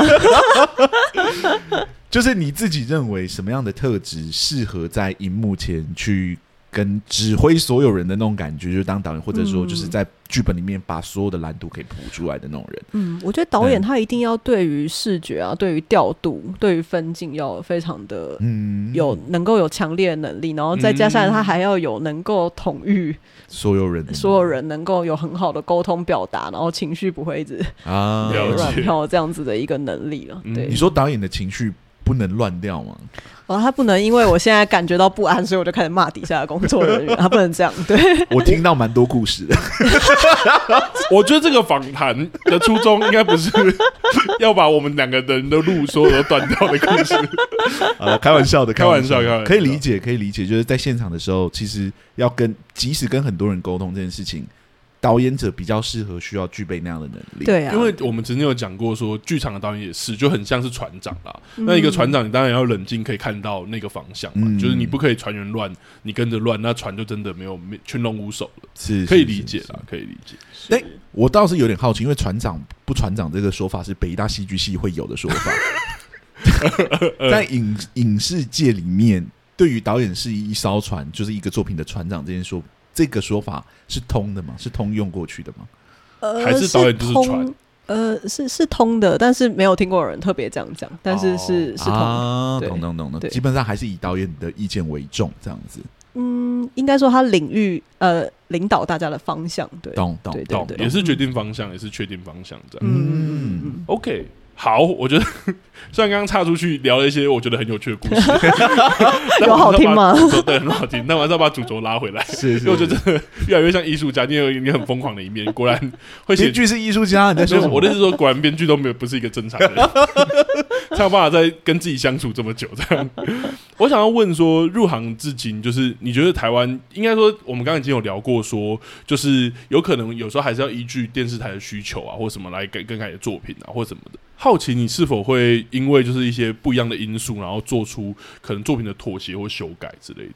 就是你自己认为什么样的特质适合在荧幕前去跟指挥所有人的那种感觉，就是当导演，或者说就是在剧本里面把所有的蓝图可以谱出来的那种人。嗯， 我觉得导演他一定要对于视觉啊，对于调度，对于分镜要非常的有能够有强烈的能力，然后再加上他还要有能够统御所有人， 所有人能够有很好的沟通表达，然后情绪不会一直啊乱跳这样子的一个能力了。对， 你说导演的情绪不能乱掉吗？ 哦，他不能因为我现在感觉到不安，所以我就开始骂底下的工作人员。他不能这样。对， 我听到蛮多故事的。 我觉得这个访谈的初衷应该不是要把我们两个人的路所有都断掉的故事。 呃，开玩笑的， 开玩笑，开玩笑， 可以理解，可以理解。就是在现场的时候，其实要跟，即使跟很多人沟通这件事情。导演者比较适合需要具备那样的能力， 对啊， 因为我们曾经有讲过说，剧场的导演也是就很像是船长啦。嗯、那一个船长，你当然要冷静，可以看到那个方向嘛，嗯、就是你不可以船员乱，你跟着乱，那船就真的没有群龙无首了。是，可以理解啦，可以理解。 哎，我倒是有点好奇，因为船长不船长这个说法是北大戏剧系会有的说法，在影影视界里面，对于导演是一艘船，就是一个作品的船长这件说。这个说法是通的吗？是通用过去的吗？ 呃， 还是导演就是船？ 呃，是是通的，但是没有听过有人特别这样讲。但是是、哦、是通的， 啊，懂懂懂懂。基本上还是以导演的意见为重，这样子。 嗯，应该说他领域呃领导大家的方向，对， 懂懂懂， 也是决定方向，嗯、也是确定方向这样。 嗯嗯 ，OK。好，我觉得虽然刚刚岔出去聊了一些我觉得很有趣的故事， 有好听吗？ 对，很好听。但我还是要把主轴拉回来， 是是， 因为我觉得真的越来越像艺术家，你有你很疯狂的一面。果然会写编剧是艺术家，你在说什么？ 我的意思是说，果然编剧都没有不是一个正常人，才有办法在跟自己相处这么久。这样，我想要问说，入行至今，就是你觉得台湾应该说，我们刚刚已经有聊过说，就是有可能有时候还是要依据电视台的需求啊，或什么来更更改的作品啊，或什么的。好奇你是否会因为就是一些不一样的因素，然后做出可能作品的妥协或修改之类的？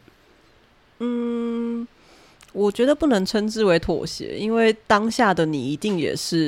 嗯，我觉得不能称之为妥协，因为当下的你一定也是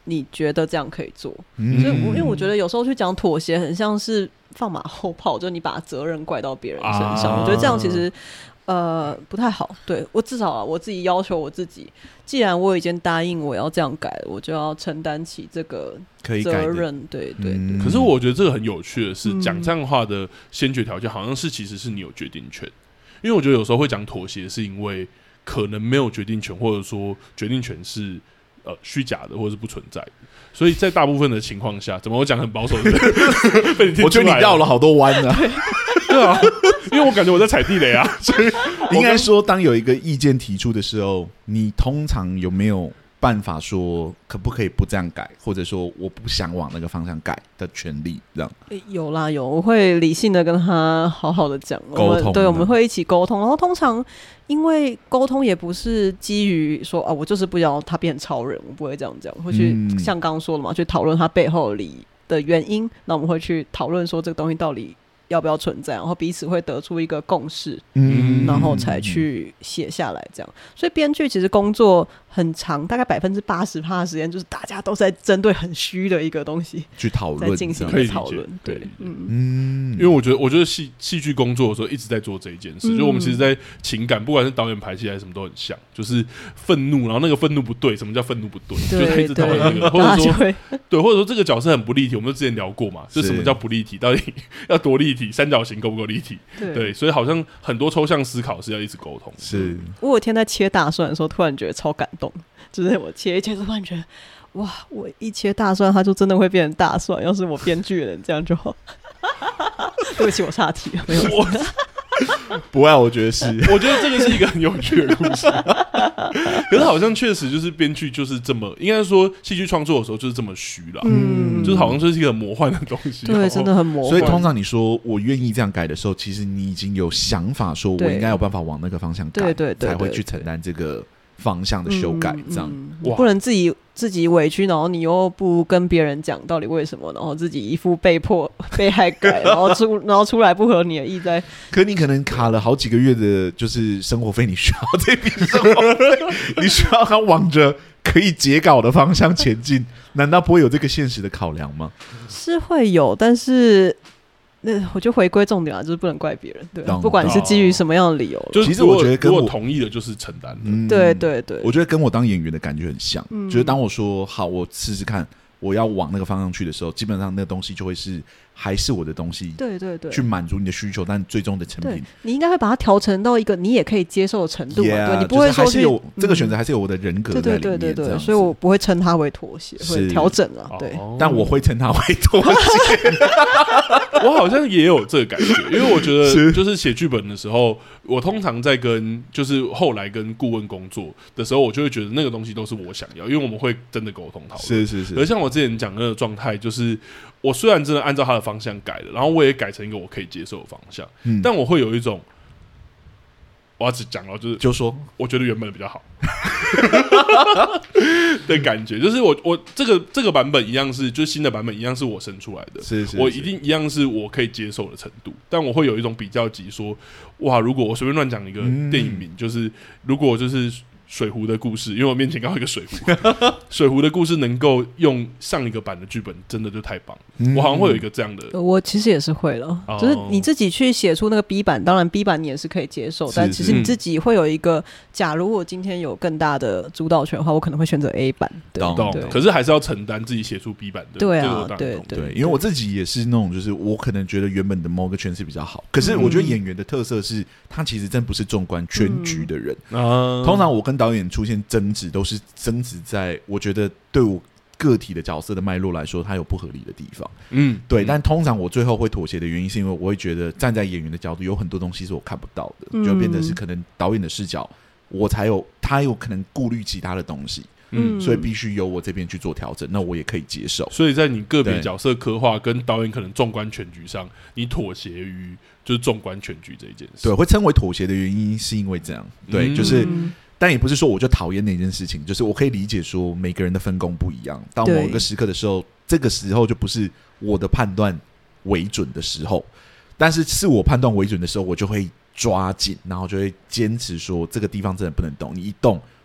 你觉得这样可以做。 嗯所以我因为我觉得有时候去讲妥协很像是放马后炮，就你把责任怪到别人身上、啊、我觉得这样其实呃不太好。对，我至少啊我自己要求我自己，既然我已经答应我要这样改了，我就要承担起这个责任。对对对、嗯、 可是我觉得这个很有趣的是，讲、嗯、这样的话的先决条件好像是其实是你有决定权，因为我觉得有时候会讲妥协是因为可能没有决定权，或者说决定权是呃虚假的或者是不存在的，所以在大部分的情况下，怎么我讲很保守的被你听出来了， 我觉得你绕了好多弯啊。 对啊，因为我感觉我在踩地雷啊。所以应该说，当有一个意见提出的时候，你通常有没有办法说可不可以不这样改，或者说我不想往那个方向改的权利？这样、 欸、有啦有，我会理性的跟他好好的讲沟通， 对，我们会一起沟通。然后通常因为沟通也不是基于说啊，我就是不要他变超人，我不会这样讲，会去、嗯、像刚刚说的嘛，去讨论他背后里的原因。那我们会去讨论说这个东西到底要不要存在，然后彼此会得出一个共识，嗯，然后才去写下来这样。所以编剧其实工作很长，大概百分之八十趴的时间就是大家都在针对很虚的一个东西去讨论， 在进行一个讨论。对， 嗯，因为我觉得，我觉得戏戏剧工作的时候一直在做这一件事，嗯、就我们其实，在情感，不管是导演排戏还是什么，都很像，就是愤怒，然后那个愤怒不对，什么叫愤怒不对？ 对就是他一直讨论那个，或者说，对，或者说这个角色很不立体，我们之前聊过嘛，就什么叫不立体，到底要多立体，三角形够不够立体？对，对，所以好像很多抽象思考是要一直沟通。 是， 我有天在切大蒜的时候，突然觉得超感动，就是我切一切，突然觉得哇，我一切大蒜，它就真的会变成大蒜。要是我编剧人这样就好。对不起，我岔题了，没有。 不会，我觉得是， 我觉得这个是一个很有趣的故事。可是好像确实就是编剧就是这么，应该说戏剧创作的时候就是这么虚啦，嗯，就是好像就是一个魔幻的东西， 对，真的很魔幻。 所以通常你说我愿意这样改的时候，其实你已经有想法，说我应该有办法往那个方向改， 对对 对, 对， 才会去承担这个方向的修改，这样、 嗯嗯、不能自己自己委屈，然后你又不跟别人讲到底为什么，然后自己一副被迫被害改，然后出然后出来不合你的意在。 可你可能卡了好几个月的，就是生活费，你需要这笔生活费，你需要它往着可以截稿的方向前进，难道不会有这个现实的考量吗？ 是会有，但是。那我就回归重点了，就是不能怪别人，对，不管你是基于什么样的理由， 就其实我觉得跟我如果同意的就是承担的、 嗯，对对对， 我觉得跟我当演员的感觉很像，嗯、就是当我说好，我试试看，我要往那个方向去的时候，基本上那个东西就会是还是我的东西， 对对对， 去满足你的需求，但最终的成品， 你应该会把它调成到一个你也可以接受的程度嘛， yeah, 对，你不会说就是还是有、嗯、这个选择，还是有我的人格在里面， 对对对对，所以我不会称它为妥协，会调整了，对、 哦，但我会称它为妥协。 我好像也有这个感觉，因为我觉得就是写剧本的时候，我通常在跟就是后来跟顾问工作的时候，我就会觉得那个东西都是我想要，因为我们会真的沟通讨论， 是是是。 而像我之前讲的那个状态，就是我虽然真的按照他的方向改了，然后我也改成一个我可以接受的方向，嗯、但我会有一种。我要只讲了，就是就说， 我觉得原本的比较好的感觉，就是我我这个这个版本一样是，就是新的版本一样是我生出来的， 是是是， 我一定一样是我可以接受的程度，但我会有一种比较级，说哇，如果我随便乱讲一个电影名，嗯、就是如果就是水壶的故事，因为我面前刚好一个水壶，水壶的故事能够用上一个版的剧本，真的就太棒了。嗯、我好像会有一个这样的， 我其实也是会了，哦、就是你自己去写出那个 B 版，当然 B 版你也是可以接受，但其实你自己会有一个，假如我今天有更大的主导权的话，我可能会选择 A 版。对， 对，可是还是要承担自己写出 B 版的。 对啊， 这个、 对 对, 对，因为我自己也是那种，就是我可能觉得原本的某个诠释比较好，可是我觉得演员的特色是，他其实真不是纵观全局的人。嗯、通常我跟导演出现争执，都是争执在我觉得对我个体的角色的脉络来说，它有不合理的地方。嗯，对。但通常我最后会妥协的原因，是因为我会觉得站在演员的角度，有很多东西是我看不到的，嗯、就变成是可能导演的视角，我才有他有可能顾虑其他的东西。嗯，所以必须由我这边去做调整，那我也可以接受。 所以在你个别角色刻画跟导演可能纵观全局上，你妥协于就是纵观全局这一件事。 对，会称为妥协的原因是因为这样。对，嗯、就是。但也不是说我就讨厌那件事情，就是我可以理解说每个人的分工不一样，到某个时刻的时候，这个时候就不是我的判断为准的时候，但是是我判断为准的时候，我就会抓紧，然后就会坚持说这个地方真的不能动，你一动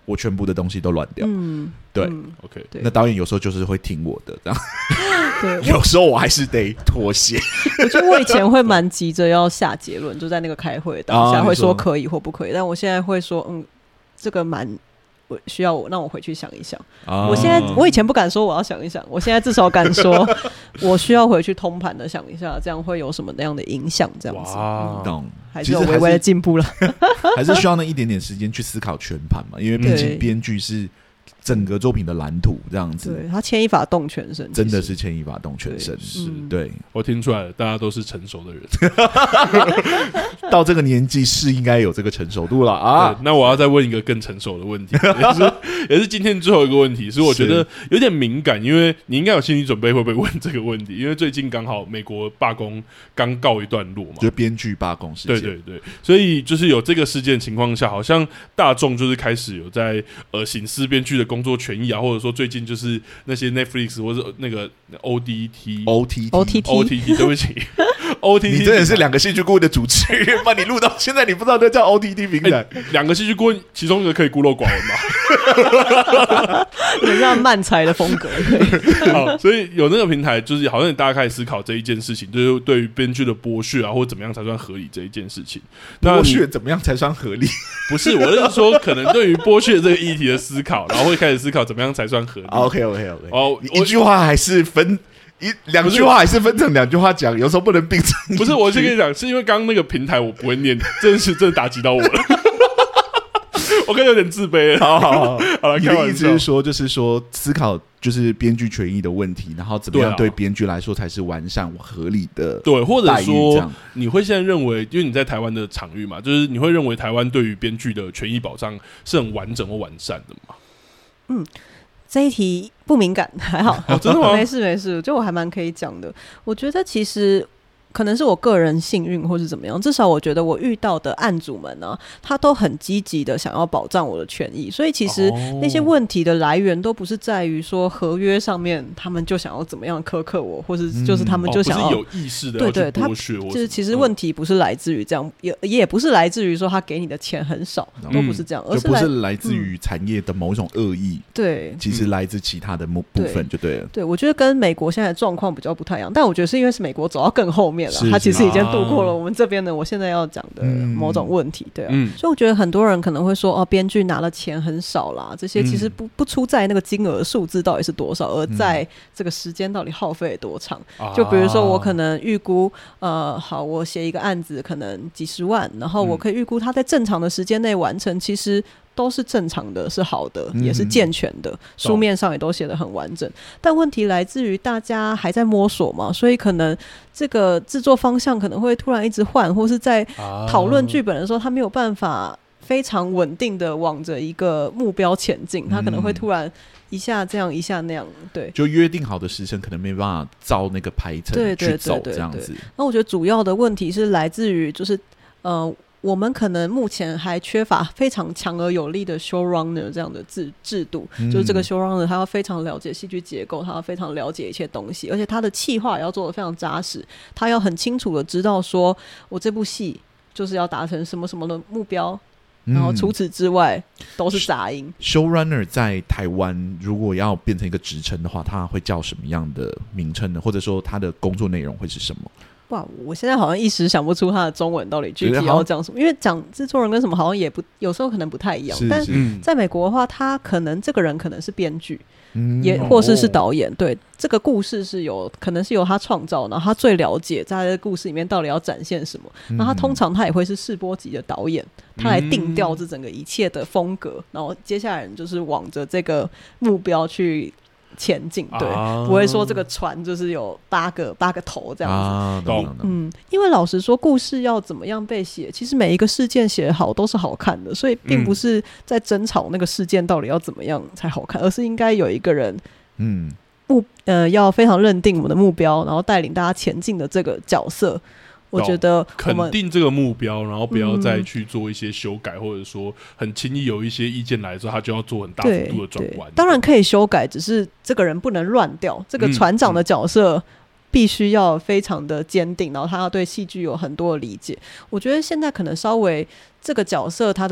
我全部的东西都乱掉。 嗯， 对、 嗯、 ，OK， 那导演有时候就是会听我的这样， 对， 有时候我还是得妥协。 我觉得我以前会蛮急着要下结论，就在那个开会当下会说可以或不可以，但我现在会说，嗯，这个蛮。需要我让我回去想一想、哦、我现在我以前不敢说我要想一想，我现在至少敢说我需要回去通盘的想一下，这样会有什么那样的影响，这样子懂、嗯、还是有微微的进步了还是需要那一点点时间去思考全盘嘛，因为毕竟编剧是整个作品的蓝图这样子， 对，他牵一发动全身， 真的是牵一发动全身。 是、 嗯、 对，我听出来了，大家都是成熟的人到这个年纪是应该有这个成熟度了啊。 那我要再问一个更成熟的问题也是, 也是今天最后一个问题，是我觉得有点敏感，因为你应该有心理准备会不会问这个问题，因为最近刚好美国罢工刚告一段落嘛， 就是编剧罢工事件， 对对对，所以就是有这个事件情况下，好像大众就是开始有在呃省思编剧的工作权益啊，或者说最近就是那些 Netflix 或者那个 O D T O T T O T T O T T 对不起O T T 你真的是两个戏剧顾问的主持人吗？你录到现在你不知道那叫 O T T 平台？ 两、欸、个戏剧顾问其中一个可以孤陋寡闻吗？ 很像漫才的风格可以好，所以有那个平台就是好像大家开始思考这一件事情，就是对于编剧的剥削啊，或者怎么样才算合理这一件事情。 剥削怎么样才算合理？ 不是，我是说可能对于剥削这个议题的思考，然后会开始思考怎么样才算合理。 OK OK OK， 哦， 一句话还是分一两句话还是分成两句话讲，有时候不能并成。 不是，我先跟你讲，是因为刚刚那个平台我不会念，真的是真的打击到我了。我刚有点自卑了。 好好好， 好了， 你的意思是说，就是说思考就是编剧权益的问题，然后怎么样对编剧来说才是完善合理的？ 对，或者说你会现在认为，因为你在台湾的场域嘛，就是你会认为台湾对于编剧的权益保障是很完整或完善的吗？ 嗯。这一题不敏感，还好、 哦、真的吗？ 没事没事，就我还蛮可以讲的。我觉得其实可能是我个人幸运或是怎么样，至少我觉得我遇到的案主们呢、啊，他都很积极的想要保障我的权益，所以其实那些问题的来源都不是在于说合约上面他们就想要怎么样苛刻我，或是就是他们就想要、 嗯哦、不是有意识的要去剥削我， 就是其实问题不是来自于这样，也也不是来自于说他给你的钱很少，嗯、都不是这样，而是就不是来自于产业的某种恶意，嗯、 对， 其实来自其他的部分就对了。 对，我觉得跟美国现在的状况比较不太一样，但我觉得是因为是美国走到更后面了，他其实已经度过了我们这边的我现在要讲的某种问题，对啊，嗯、所以我觉得很多人可能会说哦，编剧拿的钱很少啦，这些其实不不出在那个金额数字到底是多少，而在这个时间到底耗费多长。嗯、就比如说我可能预估呃，好，我写一个案子可能几十万，然后我可以预估他在正常的时间内完成，其实都是正常的，是好的，也是健全的，书面上也都写得很完整。但问题来自于大家还在摸索嘛，所以可能这个制作方向可能会突然一直换，或是在讨论剧本的时候，他没有办法非常稳定的往着一个目标前进，他可能会突然一下这样一下那样，对， 就约定好的时辰可能没办法照那个排程去走这样子。 那我觉得主要的问题是来自于就是呃。我们可能目前还缺乏非常强而有力的 showrunner 这样的 制, 制度、嗯、就是这个 showrunner 他要非常了解戏剧结构，他要非常了解一切东西，而且他的企划也要做得非常扎实，他要很清楚的知道说我这部戏就是要达成什么什么的目标，然后除此之外都是杂音。 showrunner 在台湾如果要变成一个职称的话，他会叫什么样的名称呢？或者说他的工作内容会是什么？ 哇，我现在好像一时想不出他的中文到底具体要讲什么，因为讲制作人跟什么好像也不有时候可能不太一样， 是是， 但在美国的话，他可能这个人可能是编剧、嗯、也或是是导演、哦、对，这个故事是有可能是由他创造，然后他最了解在这个故事里面到底要展现什么，然后他通常他也会是试播集的导演，他来定调这整个一切的风格，然后接下来人就是往着这个目标去前进，对、啊，不会说这个船就是有八个八个头这样子。啊、嗯，因为老实说，故事要怎么样被写，其实每一个事件写好都是好看的，所以并不是在争吵那个事件到底要怎么样才好看，而是应该有一个人，嗯，目呃要非常认定我们的目标，然后带领大家前进的这个角色。我觉得肯定这个目标，然后不要再去做一些修改、嗯、或者说很轻易有一些意见来的时候，他就要做很大幅度的转弯。 当然可以修改，只是这个人不能乱掉，这个船长的角色必须要非常的坚定，然后他要对戏剧有很多的理解。我觉得现在可能稍微这个角色他的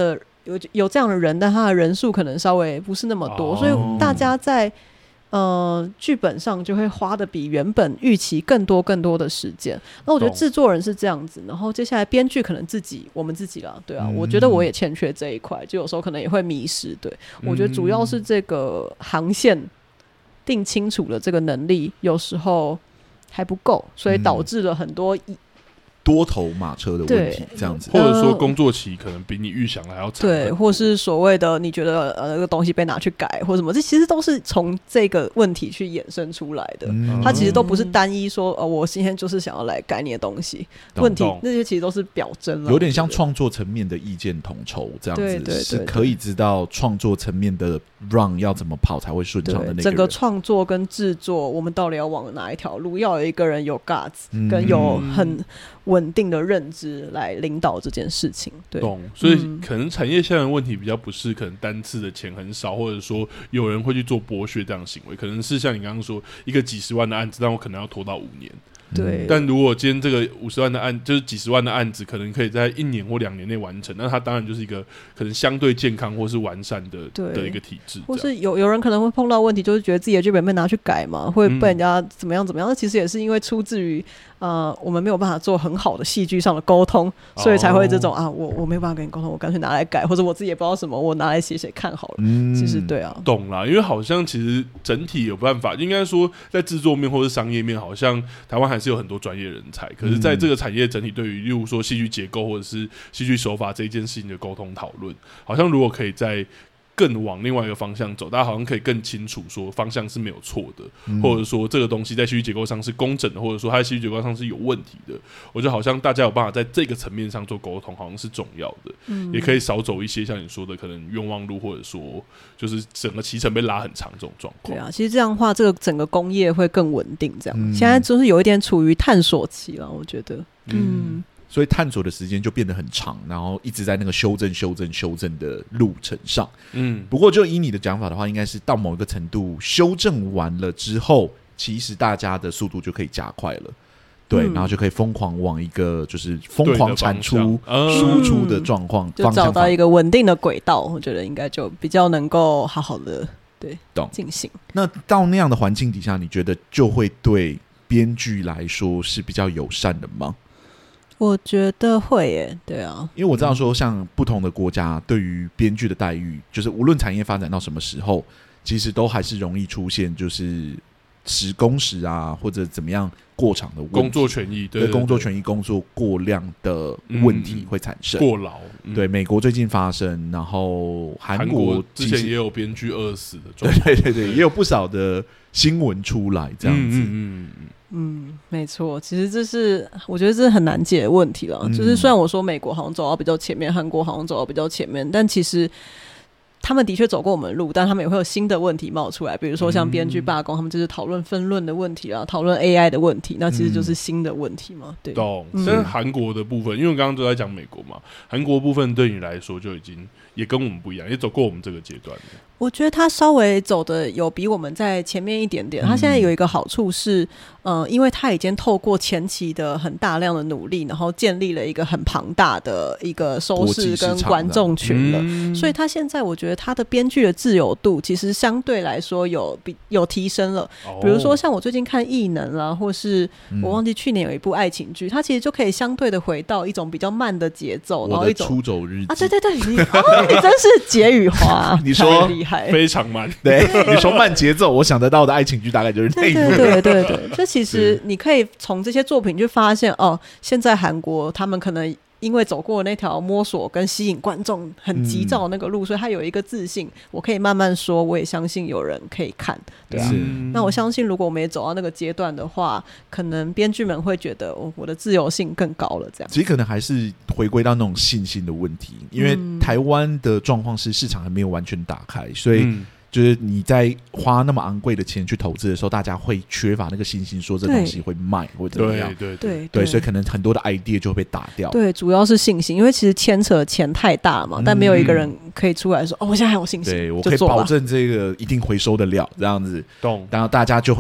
有有这样的人，但他的人数可能稍微不是那么多，哦、所以大家在呃剧本上就会花的比原本预期更多更多的时间。那我觉得制作人是这样子，然后接下来编剧可能自己我们自己啦，对啊、嗯，我觉得我也欠缺这一块，就有时候可能也会迷失。对，我觉得主要是这个航线定清楚的这个能力，有时候还不够，所以导致了很多多头马车的问题，这样子， 或者说工作期可能比你预想的还要长， 对，或是所谓的你觉得呃那个东西被拿去改或什么，这其实都是从这个问题去衍生出来的。嗯、它其实都不是单一说，呃，我今天就是想要来改你的东西，问题那些其实都是表征了， 有点像创作层面的意见统筹这样子，对对对对，是可以知道创作层面的 run 要怎么跑才会顺畅的那个人。 整个创作跟制作，我们到底要往哪一条路？要有一个人有 guts，、嗯、跟有很稳定的认知来领导这件事情，对， 懂。所以可能产业现在的问题比较不是可能单次的钱很少，或者说有人会去做剥削这样的行为，可能是像你刚刚说一个几十万的案子，但我可能要拖到五年。 对， 但如果今天这个五十万的案，就是几十万的案子，可能可以在一年或两年内完成，那它当然就是一个可能相对健康或是完善的的一个体制。 或是有有人可能会碰到问题，就是觉得自己的剧本被拿去改嘛，会被人家怎么样怎么样。那、嗯、其实也是因为出自于呃我们没有办法做很好的戏剧上的沟通，所以才会这种、哦、啊，我我没有办法跟你沟通，我干脆拿来改，或者我自己也不知道什么，我拿来写写看好了。嗯，其实对啊， 懂啦，因为好像其实整体有办法，应该说在制作面或是商业面，好像台湾还是有很多专业人。人才，可是在这个产业整体对于例如说戏剧结构或者是戏剧手法这一件事情的沟通讨论，好像如果可以在更往另外一个方向走，大家好像可以更清楚说方向是没有错的、嗯、或者说这个东西在戏剧结构上是工整的，或者说它在戏剧结构上是有问题的，我觉得好像大家有办法在这个层面上做沟通好像是重要的、嗯、也可以少走一些像你说的可能冤枉路，或者说就是整个期程被拉很长这种状况。 对啊，其实这样的话这个整个工业会更稳定这样、嗯、现在就是有一点处于探索期了，我觉得嗯, 嗯所以探索的时间就变得很长，然后一直在那个修正修正修正的路程上。嗯，不过就以你的讲法的话，应该是到某一个程度修正完了之后，其实大家的速度就可以加快了，对、嗯、然后就可以疯狂往一个就是疯狂产出输出的状况、嗯、 就找到一个稳定的轨道，我觉得应该就比较能够好好的对进行。 那到那样的环境底下，你觉得就会对编剧来说是比较友善的吗？ 我觉得会耶，对啊， 因为我知道说像不同的国家对于编剧的待遇，就是无论产业发展到什么时候，其实都还是容易出现就是时工时啊或者怎么样过长的问题， 工作权益 对, 对, 对, 对工作权益工作过量的问题会产生、 嗯、过劳、嗯、 对，美国最近发生，然后韩国之前也有编剧饿死的状况， 对对对对，也有不少的新闻出来这样子。嗯嗯嗯嗯，没错，其实这是我觉得这是很难解的问题了、嗯。就是虽然我说美国好像走到比较前面，韩国好像走到比较前面，但其实他们的确走过我们的路，但他们也会有新的问题冒出来，比如说像编剧罢工、嗯，他们就是讨论分论的问题啊，讨论 A I 的问题，那其实就是新的问题嘛。对， 懂。但是韩国的部分，因为我刚刚都在讲美国嘛，韩国部分对你来说就已经也跟我们不一样，也走过我们这个阶段了。 我觉得他稍微走的有比我们在前面一点点，他现在有一个好处是呃，因为他已经透过前期的很大量的努力，然后建立了一个很庞大的一个收视跟观众群了、嗯、所以他现在我觉得他的编剧的自由度其实相对来说有比有提升了、哦、比如说像我最近看异能啦，或是我忘记去年有一部爱情剧，他其实就可以相对的回到一种比较慢的节奏，然后一种出走日记啊，对对对，你、哦、你真是解语花你说厉害， 非常慢。 对，你说慢节奏，我想得到的爱情剧大概就是那一部。 对对对对，就其实你可以从这些作品去发现，哦，现在韩国他们可能因为走过那条摸索跟吸引观众很急躁的那个路、嗯、所以他有一个自信，我可以慢慢说，我也相信有人可以看，对啊。那我相信如果我们也走到那个阶段的话，可能编剧们会觉得、哦、我的自由性更高了，这样。 其实可能还是回归到那种信心的问题，因为台湾的状况是市场还没有完全打开，所以、嗯就是你在花那么昂贵的钱去投资的时候，大家会缺乏那个信心，说这东西会卖或者怎么样。 对对对 对, 对，所以可能很多的 idea 就会被打掉。 对，主要是信心，因为其实牵扯钱太大了嘛、嗯，但没有一个人可以出来说，哦，我现在很有信心， 对我可以保证这个一定回收得了，这样子。 懂。 然后大家就会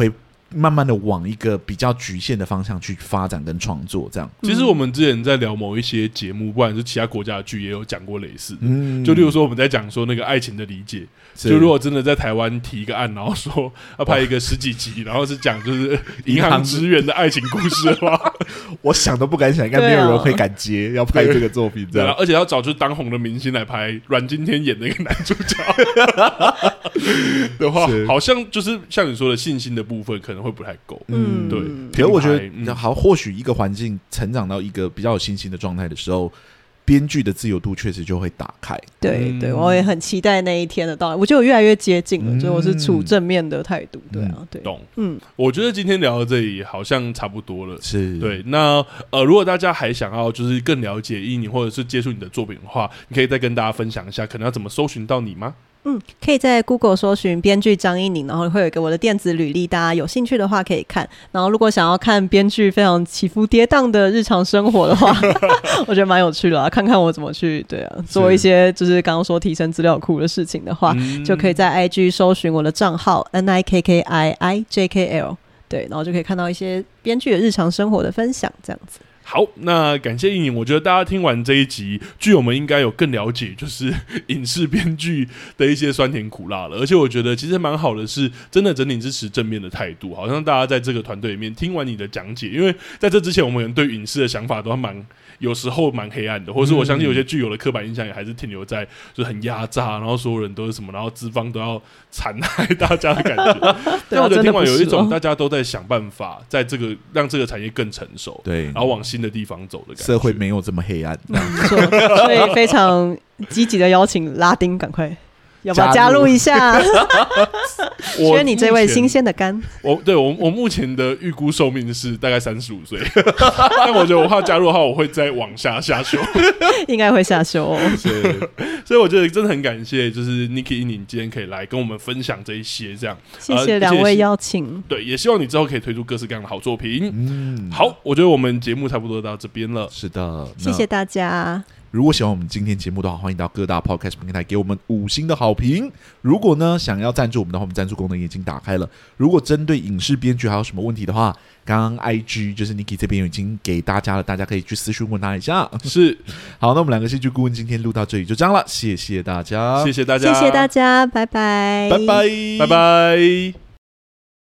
慢慢的往一个比较局限的方向去发展跟创作，这样。 其实我们之前在聊某一些节目，不管是其他国家的剧，也有讲过类似的。 嗯， 就例如说我们在讲说那个爱情的理解，就如果真的在台湾提一个案，然后说要拍一个十几集，然后是讲就是银行职员的爱情故事的话， 我想都不敢想，应该没有人会敢接要拍这个作品这样。 而且要找出当红的明星来拍阮经天演的一个男主角的话，好像就是像你说的信心的部分可能会不太够。 嗯， 对。 可是我觉得，嗯、好，或许一个环境成长到一个比较有信心的状态的时候，编剧的自由度确实就会打开。 对、嗯、对，我也很期待那一天的到来。我觉得我越来越接近了，嗯、所以我是处正面的态度。对啊，对， 懂。嗯，我觉得今天聊到这里好像差不多了。 是， 对。那呃，如果大家还想要就是更了解依你，或者是接触你的作品的话，你可以再跟大家分享一下，可能要怎么搜寻到你吗？ 嗯，可以在 Google 搜寻编剧张依宁，然后会有一个我的电子履历，大家有兴趣的话可以看。然后如果想要看编剧非常起伏跌宕的日常生活的话，我觉得蛮有趣的啊，看看我怎么去对啊做一些就是刚刚说提升资料库的事情的话，嗯、就可以在 I G 搜寻我的账号 N I K K I I J K L， 对，然后就可以看到一些编剧的日常生活的分享，这样子。 好，那感谢依宁。我觉得大家听完这一集，剧友们应该有更了解就是影视编剧的一些酸甜苦辣了。而且我觉得其实蛮好的是，真的整体支持正面的态度。好像大家在这个团队里面听完你的讲解，因为在这之前我们可能对影视的想法都还蛮有时候蛮黑暗的，或者是我相信有些剧友的刻板印象也还是停留在就是很压榨，然后所有人都是什么，然后资方都要残害大家的感觉。但我觉得听完有一种大家都在想办法，在这个让这个产业更成熟，对，然后往新的地方走的感觉， 社会没有这么黑暗。 没错，所以非常积极的邀请拉丁赶快。要不要加入一下？缺你这位新鲜的肝。 我对我我目前的预估寿命是大概三十五岁，但我觉得我怕加入的话，我会再往下下修， 应该会下修、哦。 所以我觉得真的很感谢，就是 Niki 依宁今天可以来跟我们分享这一些，这样谢谢两位邀请。 对，也希望你之后可以推出各式各样的好作品。嗯，好，我觉得我们节目差不多到这边了。 是的， 谢谢大家。 如果喜欢我们今天节目的话，欢迎到各大 podcast 平台给我们五星的好评。如果呢想要赞助我们的话，我们赞助功能也已经打开了。如果针对影视编剧还有什么问题的话，刚刚 I G 就是 Niki 这边已经给大家了，大家可以去私讯问他一下。 是， 好，那我们两个戏剧顾问今天录到这里就这样了，谢谢大家， 谢谢大家， 谢谢大家，拜拜， 拜拜， 拜拜。